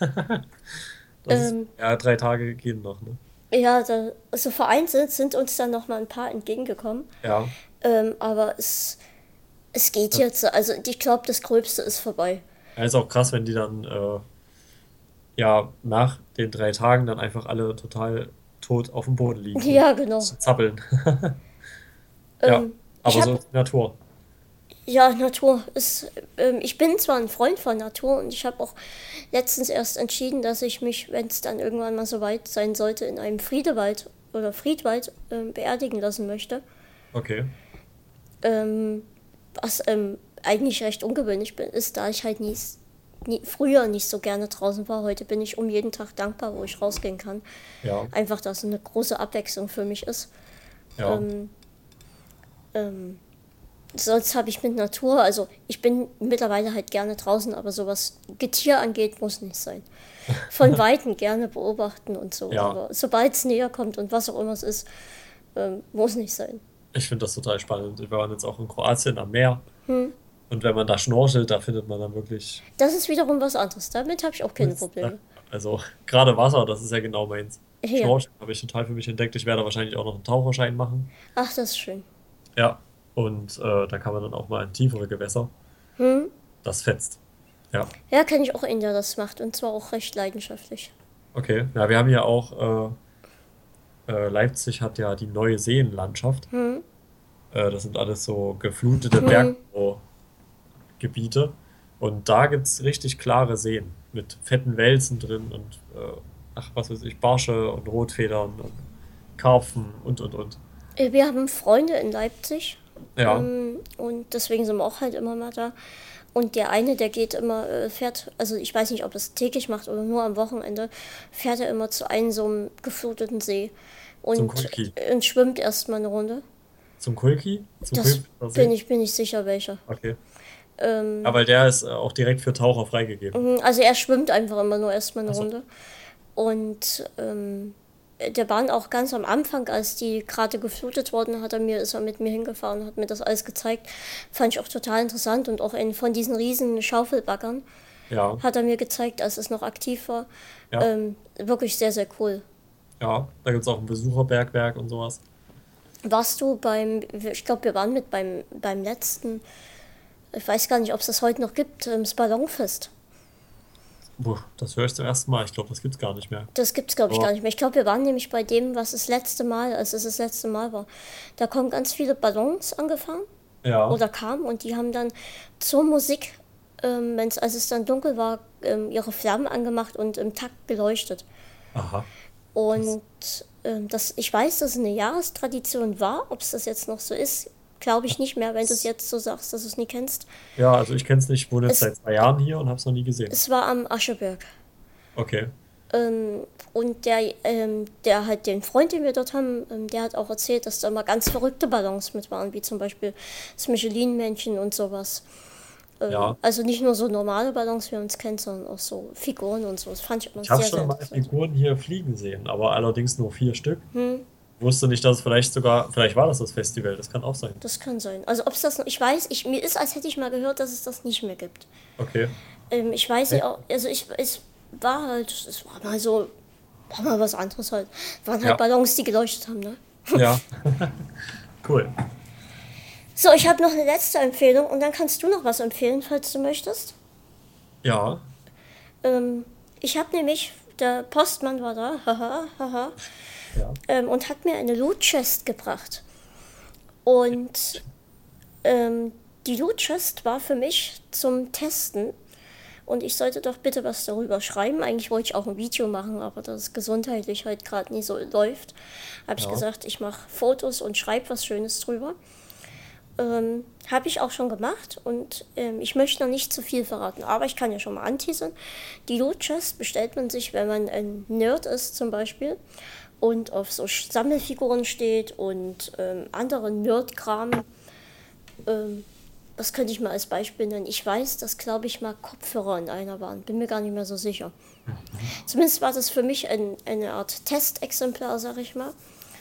das ist, Ähm, ja, drei Tage gehen noch, ne? Ja, da, so vereinzelt sind uns dann noch mal ein paar entgegengekommen. Ja, Ähm, aber es, es geht das jetzt. Also ich glaube, das Gröbste ist vorbei. ja, ist auch krass, wenn die dann, äh, ja, nach den drei Tagen dann einfach alle total tot auf dem Boden liegen und Ja, genau. zappeln. Ja, Ähm, ich aber so habe, ist die Natur. ja, Natur ist, ähm, ich bin zwar ein Freund von Natur und ich habe auch letztens erst entschieden, dass ich mich, wenn es dann irgendwann mal so weit sein sollte, in einem Friedewald oder Friedwald ähm, beerdigen lassen möchte. Okay, Ähm, was ähm, eigentlich recht ungewöhnlich bin, ist, da ich halt nie, nie, früher nicht so gerne draußen war. Heute bin ich um jeden Tag dankbar, wo ich rausgehen kann. ja, Einfach, dass es eine große Abwechslung für mich ist. ja. Ähm, ähm, Sonst habe ich mit Natur, also ich bin mittlerweile halt gerne draußen, aber sowas Getier angeht, muss nicht sein. Von Weitem gerne beobachten und so, Ja, aber sobald es näher kommt und was auch immer es ist, ähm, muss nicht sein. ich finde das total spannend. Wir waren jetzt auch in Kroatien am Meer und wenn man da schnorchelt, da findet man dann wirklich Das ist wiederum was anderes. Damit habe ich auch keine coolsten, Probleme. ne? Also gerade Wasser, das ist ja genau meins. Ja. Schnorcheln habe ich total für mich entdeckt. Ich werde wahrscheinlich auch noch einen Taucherschein machen. Ach, das ist schön. Ja, und äh, da kann man dann auch mal in tiefere Gewässer. Das fetzt. Ja, Ja, kenne ich auch einen, der das macht und zwar auch recht leidenschaftlich. okay. Ja, wir haben ja auch, äh, äh, Leipzig hat ja die neue Seenlandschaft. Äh, das sind alles so geflutete Berggebiete. Und da gibt es richtig klare Seen mit fetten Wälzen drin und, äh, ach, was weiß ich, Barsche und Rotfedern und Karpfen und, und, und. Äh, Wir haben Freunde in Leipzig Ja, ähm, und deswegen sind wir auch halt immer mal da. Und der eine, der geht immer, äh, fährt, also ich weiß nicht, ob das täglich macht oder nur am Wochenende, fährt er immer zu einem so einem gefluteten See zum und, Kulki. und schwimmt erstmal eine Runde. Zum Kulki? Zum Das Kulpfizer bin See? ich, bin ich sicher welcher. Okay. Ja, weil der ist äh, auch direkt für Taucher freigegeben. Mhm, also er schwimmt einfach immer nur erstmal eine Achso. Runde. Und ähm, der waren auch ganz am Anfang, als die gerade geflutet wurden, hat er mir, ist er mit mir hingefahren, hat mir das alles gezeigt. Fand ich auch total interessant. Und auch einen von diesen riesen Schaufelbaggern Ja, hat er mir gezeigt, als es noch aktiv war. ja, Ähm, wirklich sehr, sehr cool. ja. Da gibt es auch ein Besucherbergwerk und sowas. Warst du beim, ich glaube, wir waren mit beim, beim letzten, ich weiß gar nicht, ob es das heute noch gibt, ähm, das Ballonfest. Puh, das höre ich zum ersten Mal. Ich glaube, das gibt's gar nicht mehr. Das gibt's, glaube ich, gar Aber nicht mehr. Ich glaube, wir waren nämlich bei dem, was das letzte Mal, als es das letzte Mal war. Da kommen ganz viele Ballons angefahren ja, oder kamen und die haben dann zur Musik, ähm, wenn's, als es dann dunkel war, ähm, ihre Flammen angemacht und im Takt geleuchtet. aha. Das, Und ähm, das, ich weiß, dass es eine Jahrestradition war. Ob es das jetzt noch so ist, glaube ich nicht mehr, wenn du es das, jetzt so sagst, dass du es nie kennst. ja, also ich kenne es nicht. Ich wohne jetzt Es, seit zwei Jahren hier und habe es noch nie gesehen. es war am Ascheberg. Okay, Ähm, und der, ähm, der halt den Freund, den wir dort haben, ähm, der hat auch erzählt, dass da mal ganz verrückte Ballons mit waren, wie zum Beispiel das Michelin-Männchen und sowas. Ähm, ja. also nicht nur so normale Ballons, wie man es kennt, sondern auch so Figuren und so. Das fand ich immer Ich habe sehr, sehr schon mal interessant. Figuren hier fliegen sehen, aber allerdings nur vier Stück. Wusste nicht, dass es vielleicht sogar, vielleicht war das das Festival, das kann auch sein. Das kann sein. Also ob es das noch, ich weiß, ich, mir ist, als hätte ich mal gehört, dass es das nicht mehr gibt. Okay. Ähm, ich weiß Hey. ja auch, also ich, es war halt, es war mal so, war mal was anderes halt. Waren halt Ja, Ballons, die geleuchtet haben, ne? ja. Cool. So, ich habe noch eine letzte Empfehlung und dann kannst du noch was empfehlen, falls du möchtest. Ja, Ähm, ich habe nämlich, der Postmann war da, haha, haha, ja. ähm, und hat mir eine Loot Chest gebracht. Und ähm, die Loot Chest war für mich zum Testen. Und ich sollte doch bitte was darüber schreiben. Eigentlich wollte ich auch ein Video machen, aber das es gesundheitlich halt gerade nie so läuft, habe ich Ja. gesagt, ich mache Fotos und schreibe was Schönes drüber. Ähm, habe ich auch schon gemacht und ähm, ich möchte noch nicht zu viel verraten, aber ich kann ja schon mal anteasern. Die Loot Chest bestellt man sich, wenn man ein Nerd ist zum Beispiel und auf so Sammelfiguren steht und ähm, anderen Nerd-Kram. Ähm, was könnte ich mal als Beispiel nennen? Ich weiß, dass, glaube ich, mal Kopfhörer in einer waren. Bin mir gar nicht mehr so sicher. Mhm. Zumindest war das für mich ein, eine Art Testexemplar, sag ich mal.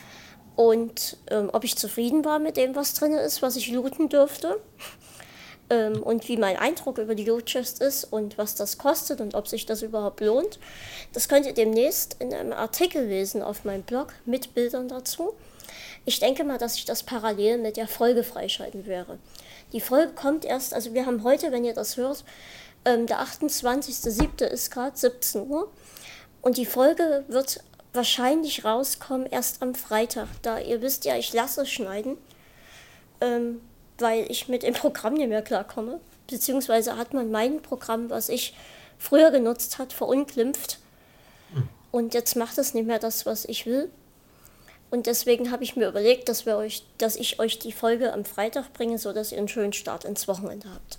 Und ähm, ob ich zufrieden war mit dem, was drin ist, was ich looten dürfte. Ähm, und wie mein Eindruck über die Loot Chest ist und was das kostet und ob sich das überhaupt lohnt. Das könnt ihr demnächst in einem Artikel lesen auf meinem Blog mit Bildern dazu. Ich denke mal, dass ich das parallel mit der Folge freischalten werde. Die Folge kommt erst, also wir haben heute, wenn ihr das hört, ähm, der achtundzwanzigster siebte ist gerade siebzehn Uhr. Und die Folge wird wahrscheinlich rauskommen erst am Freitag, da ihr wisst ja, ich lasse schneiden, ähm, weil ich mit dem Programm nicht mehr klarkomme. Beziehungsweise hat man mein Programm, was ich früher genutzt hat, verunglimpft. Und jetzt macht es nicht mehr das, was ich will. Und deswegen habe ich mir überlegt, dass, wir euch, dass ich euch die Folge am Freitag bringe, sodass ihr einen schönen Start ins Wochenende habt.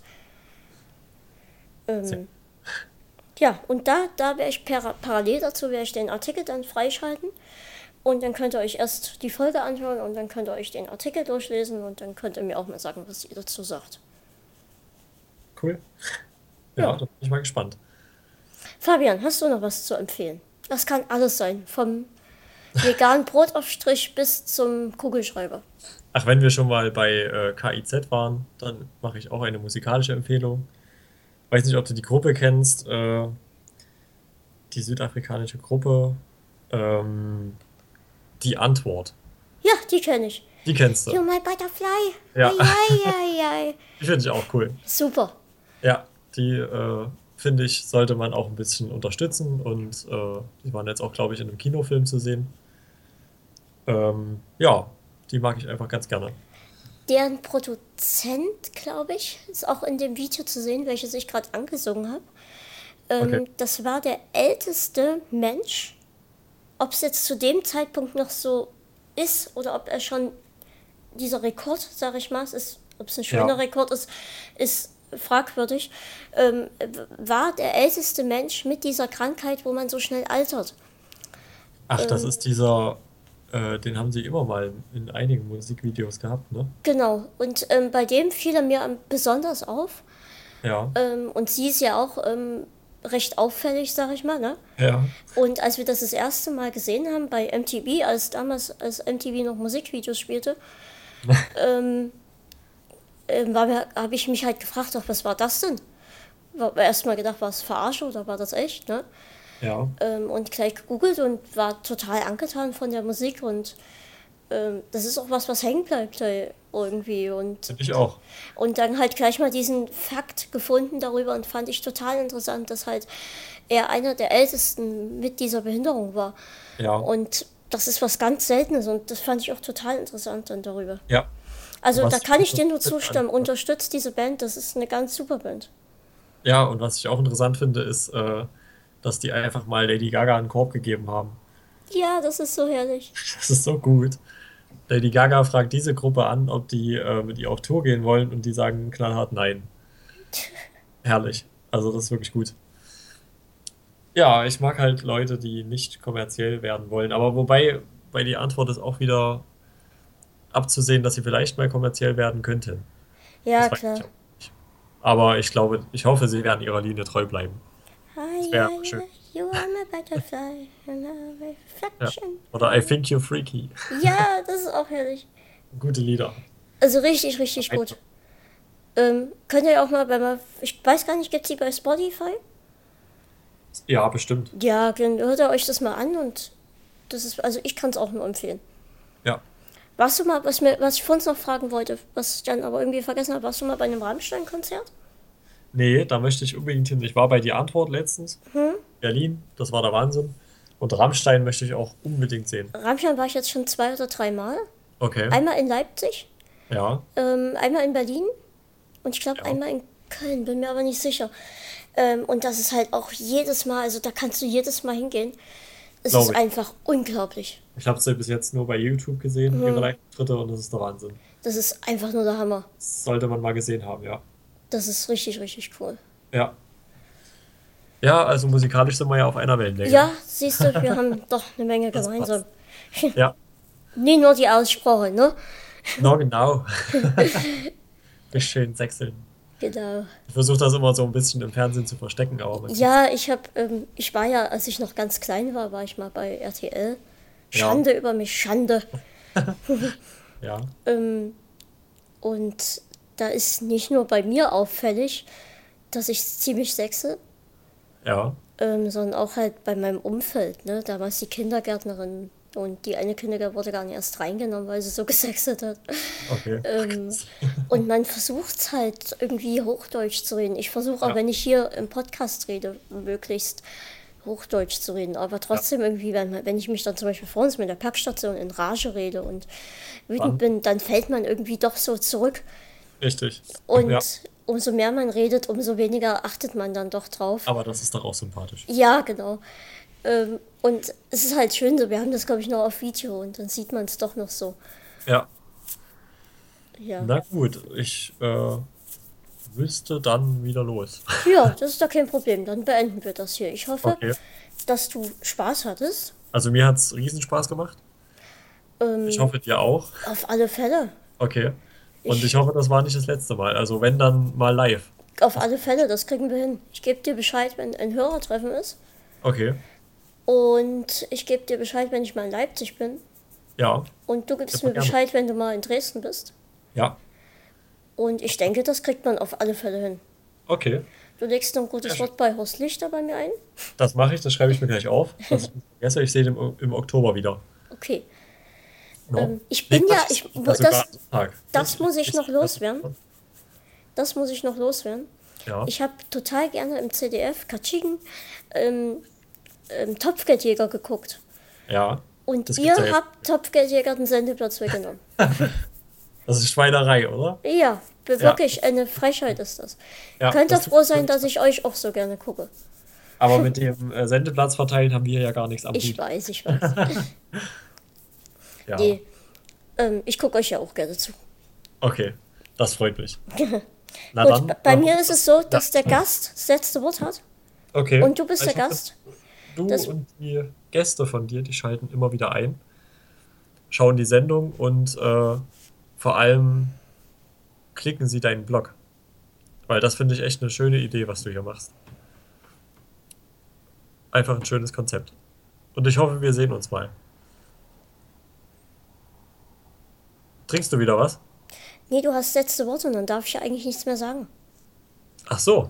Sehr. Ähm, ja, und da, da werde ich par parallel dazu werde ich den Artikel dann freischalten. Und dann könnt ihr euch erst die Folge anhören und dann könnt ihr euch den Artikel durchlesen und dann könnt ihr mir auch mal sagen, was ihr dazu sagt. Cool. Ja, Ja. da bin ich mal gespannt. Fabian, hast du noch was zu empfehlen? Das kann alles sein, vom veganen Brotaufstrich bis zum Kugelschreiber. Ach, wenn wir schon mal bei äh, K I Z waren, dann mache ich auch eine musikalische Empfehlung. Weiß nicht, ob du die Gruppe kennst, äh, die südafrikanische Gruppe. Ähm, Die Antwort. Ja, die kenne ich. Die kennst du. You my butterfly. Ja, Ai, ai, ai, ai. die finde ich auch cool. Super. Ja, die äh, finde ich, sollte man auch ein bisschen unterstützen und äh, die waren jetzt auch, glaube ich, in einem Kinofilm zu sehen. Ähm, ja, die mag ich einfach ganz gerne. Deren Produzent, glaube ich, ist auch in dem Video zu sehen, welches ich gerade angesungen habe. Okay. Ähm, das war der älteste Mensch. Ob es jetzt zu dem Zeitpunkt noch so ist oder ob er schon dieser Rekord, sage ich mal, es ist, ob es ein schöner Ja. Rekord ist, ist fragwürdig, ähm, war der älteste Mensch mit dieser Krankheit, wo man so schnell altert. Ach, das Ähm, ist dieser, äh, den haben sie immer mal in einigen Musikvideos gehabt, ne? genau, und ähm, bei dem fiel er mir am- besonders auf, Ja, Ähm, und sie ist ja auch ähm, recht auffällig, sag ich mal, ne? ja, Und als wir das das erste Mal gesehen haben bei M T V, als damals, als M T V noch Musikvideos spielte, ähm, ähm, habe ich mich halt gefragt, ach, was war das denn? War erstmal gedacht, war es Verarsche oder war das echt, ne? ja, Ähm, und gleich gegoogelt und war total angetan von der Musik und ähm, das ist auch was, was hängen bleibt äh, irgendwie und, finde ich auch. und dann halt gleich mal diesen Fakt gefunden darüber und fand ich total interessant, dass halt er einer der ältesten mit dieser Behinderung war Ja, und das ist was ganz Seltenes und das fand ich auch total interessant dann darüber. ja. Also da Was ich kann auch ich dir nur interessant finde zustimmen, an, unterstützt diese Band, das ist eine ganz super Band. ja, und was ich auch interessant finde, ist, äh, dass die einfach mal Lady Gaga einen Korb gegeben haben. Ja, das ist so herrlich. Das ist so gut. Lady Gaga fragt diese Gruppe an, ob die äh, mit ihr auf Tour gehen wollen und die sagen knallhart nein. Herrlich. Also das ist wirklich gut. Ja, ich mag halt Leute, die nicht kommerziell werden wollen. Aber wobei, bei die Antwort ist auch wieder abzusehen, dass sie vielleicht mal kommerziell werden könnte. Ja, Das weiß klar. ich auch nicht. Aber ich glaube, ich hoffe, sie werden ihrer Linie treu bleiben. Hi, Das wäre hi, schön. hi, you are my butterfly, and a Ja. reflection. Oder I think you're freaky. Ja, das ist auch herrlich. Gute Lieder. Also richtig, richtig gut. Ähm, könnt ihr auch mal bei mal, ich weiß gar nicht, gibt's die bei Spotify? Ja, bestimmt. Ja, dann hört ihr euch das mal an und das ist, also ich kann es auch nur empfehlen. Ja. Warst du mal, was mir, was ich vorhin noch fragen wollte, was ich dann aber irgendwie vergessen habe, warst du mal bei einem Rammstein-Konzert? Nee, da möchte ich unbedingt hin. Ich war bei Die Antwort letztens. Berlin, das war der Wahnsinn. Und Rammstein möchte ich auch unbedingt sehen. Rammstein war ich jetzt schon zwei oder drei Mal. Okay. Einmal in Leipzig, Ja, ähm, einmal in Berlin und ich glaube ja, einmal in Köln, bin mir aber nicht sicher. Ähm, und das ist halt auch jedes Mal, also da kannst du jedes Mal hingehen. Es glaube ist ich. einfach unglaublich. Ich habe sie bis jetzt nur bei YouTube gesehen, ihre Live-Auftritte, und das ist der Wahnsinn. Das ist einfach nur der Hammer. Das sollte man mal gesehen haben, ja. Das ist richtig, richtig cool. Ja. Ja, also musikalisch sind wir ja auf einer Wellenlänge. Ja, siehst du, wir haben doch eine Menge Das gemeinsam. passt. Ja, Nie nur die Aussprache, ne? no, genau. Nicht schön sechseln. Genau. Ich versuche das immer so ein bisschen im Fernsehen zu verstecken, aber man sieht's. Ja, ich habe, ähm, ich war ja, als ich noch ganz klein war, war ich mal bei R T L. Ja, Schande über mich, Schande. ja, Ähm, und da ist nicht nur bei mir auffällig, dass ich ziemlich sexe, ja, ähm, sondern auch halt bei meinem Umfeld. Ne? Damals die Kindergärtnerin und die eine Kindergärtnerin wurde gar nicht erst reingenommen, weil sie so gesextet hat. okay. Ähm, und man versucht halt irgendwie Hochdeutsch zu reden. Ich versuche auch, Ja, wenn ich hier im Podcast rede, möglichst Hochdeutsch zu reden. Aber ja. trotzdem irgendwie, wenn, wenn ich mich dann zum Beispiel vor uns mit der Packstation in Rage rede und wütend Dann bin, dann fällt man irgendwie doch so zurück. richtig. Ja, Und umso mehr man redet, umso weniger achtet man dann doch drauf. aber das ist doch auch sympathisch. Ja, genau. Ähm, und es ist halt schön so, wir haben das, glaube ich, noch auf Video und dann sieht man es doch noch so. Ja, Ja. na gut, ich äh, müsste dann wieder los. Ja, das ist doch kein Problem. Dann beenden wir das hier. Ich hoffe, Okay. dass du Spaß hattest. Also mir hat es riesen Spaß gemacht. Ich Ähm, hoffe, dir auch. auf alle Fälle. Okay. Und ich Ich, hoffe, das war nicht das letzte Mal. Also wenn, dann mal live. auf alle Fälle, das kriegen wir hin. Ich gebe dir Bescheid, wenn ein Hörertreffen ist. Okay. Und ich gebe dir Bescheid, wenn ich mal in Leipzig bin. Ja, Und du gibst immer mir gerne. Bescheid, wenn du mal in Dresden bist. Ja, Und ich denke, das kriegt man auf alle Fälle hin. okay. Du legst noch ein Sehr gutes schön. Wort bei Horst Lichter bei mir ein. Das mache ich, das schreibe ich mir gleich auf. Dass ich nicht vergesse, ich sehe den im, im Oktober wieder. Okay. No? Ähm, ich Nee, bin ja, Quatsch, ich, sogar das, am Tag. das muss ich noch Nächsten Tag. loswerden. Das muss ich noch loswerden. Ja, Ich habe total gerne im C D F Katschigen ähm, ähm, Topfgeldjäger geguckt. ja, Und das ihr gibt's ja jetzt. habt Topfgeldjäger den Sendeplatz weggenommen. Das ist Schweinerei, oder? Ja, Ja, wirklich eine Frechheit ist das. ja, Könnt ihr das tut froh mir sein, wirklich dass leid. ich euch auch so gerne gucke. Aber mit dem äh, Sendeplatz verteilen haben wir ja gar nichts am Ich Hut. weiß, ich weiß. Ja, Nee, ähm, ich gucke euch ja auch gerne zu. okay, das freut mich. Na Gut, dann, bei äh, mir ist es so, ja, dass der Gast das letzte Wort hat. okay. Und du bist der Ich hoffe, Gast. du Das, und die Gäste von dir, die schalten immer wieder ein, schauen die Sendung und äh, vor allem klicken sie deinen Blog. Weil das finde ich echt eine schöne Idee, was du hier machst. Einfach ein schönes Konzept. Und ich hoffe, wir sehen uns mal. Trinkst du wieder was? Nee, du hast das letzte Wort und dann darf ich ja eigentlich nichts mehr sagen. Ach so.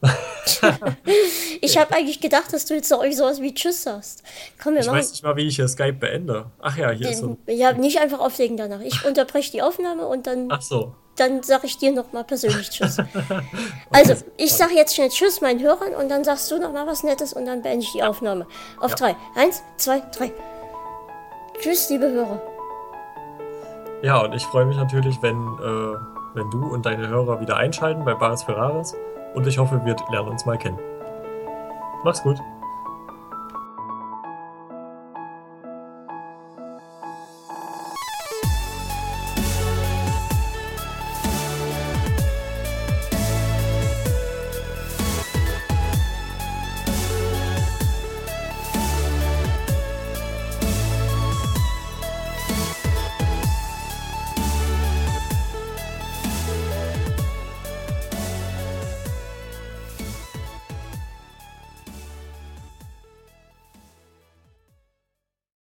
Ich habe eigentlich gedacht, dass du jetzt noch irgendwie sowas wie Tschüss sagst. Komm, wir Ich machen weiß nicht mal, wie ich hier Skype beende. Ach ja, hier ist so den, ein. ja, nicht einfach auflegen danach. Ich unterbreche die Aufnahme und dann, Ach so. dann sage ich dir nochmal persönlich Tschüss. Okay, Also, sehr ich spannend. sage jetzt schnell Tschüss meinen Hörern und dann sagst du nochmal was Nettes und dann beende ich die Ja, Aufnahme. Auf ja. drei. Eins, zwei, drei. Tschüss, liebe Hörer. Ja, und ich freue mich natürlich, wenn, äh, wenn du und deine Hörer wieder einschalten bei Bares für Rares. Und ich hoffe, wir lernen uns mal kennen. Mach's gut.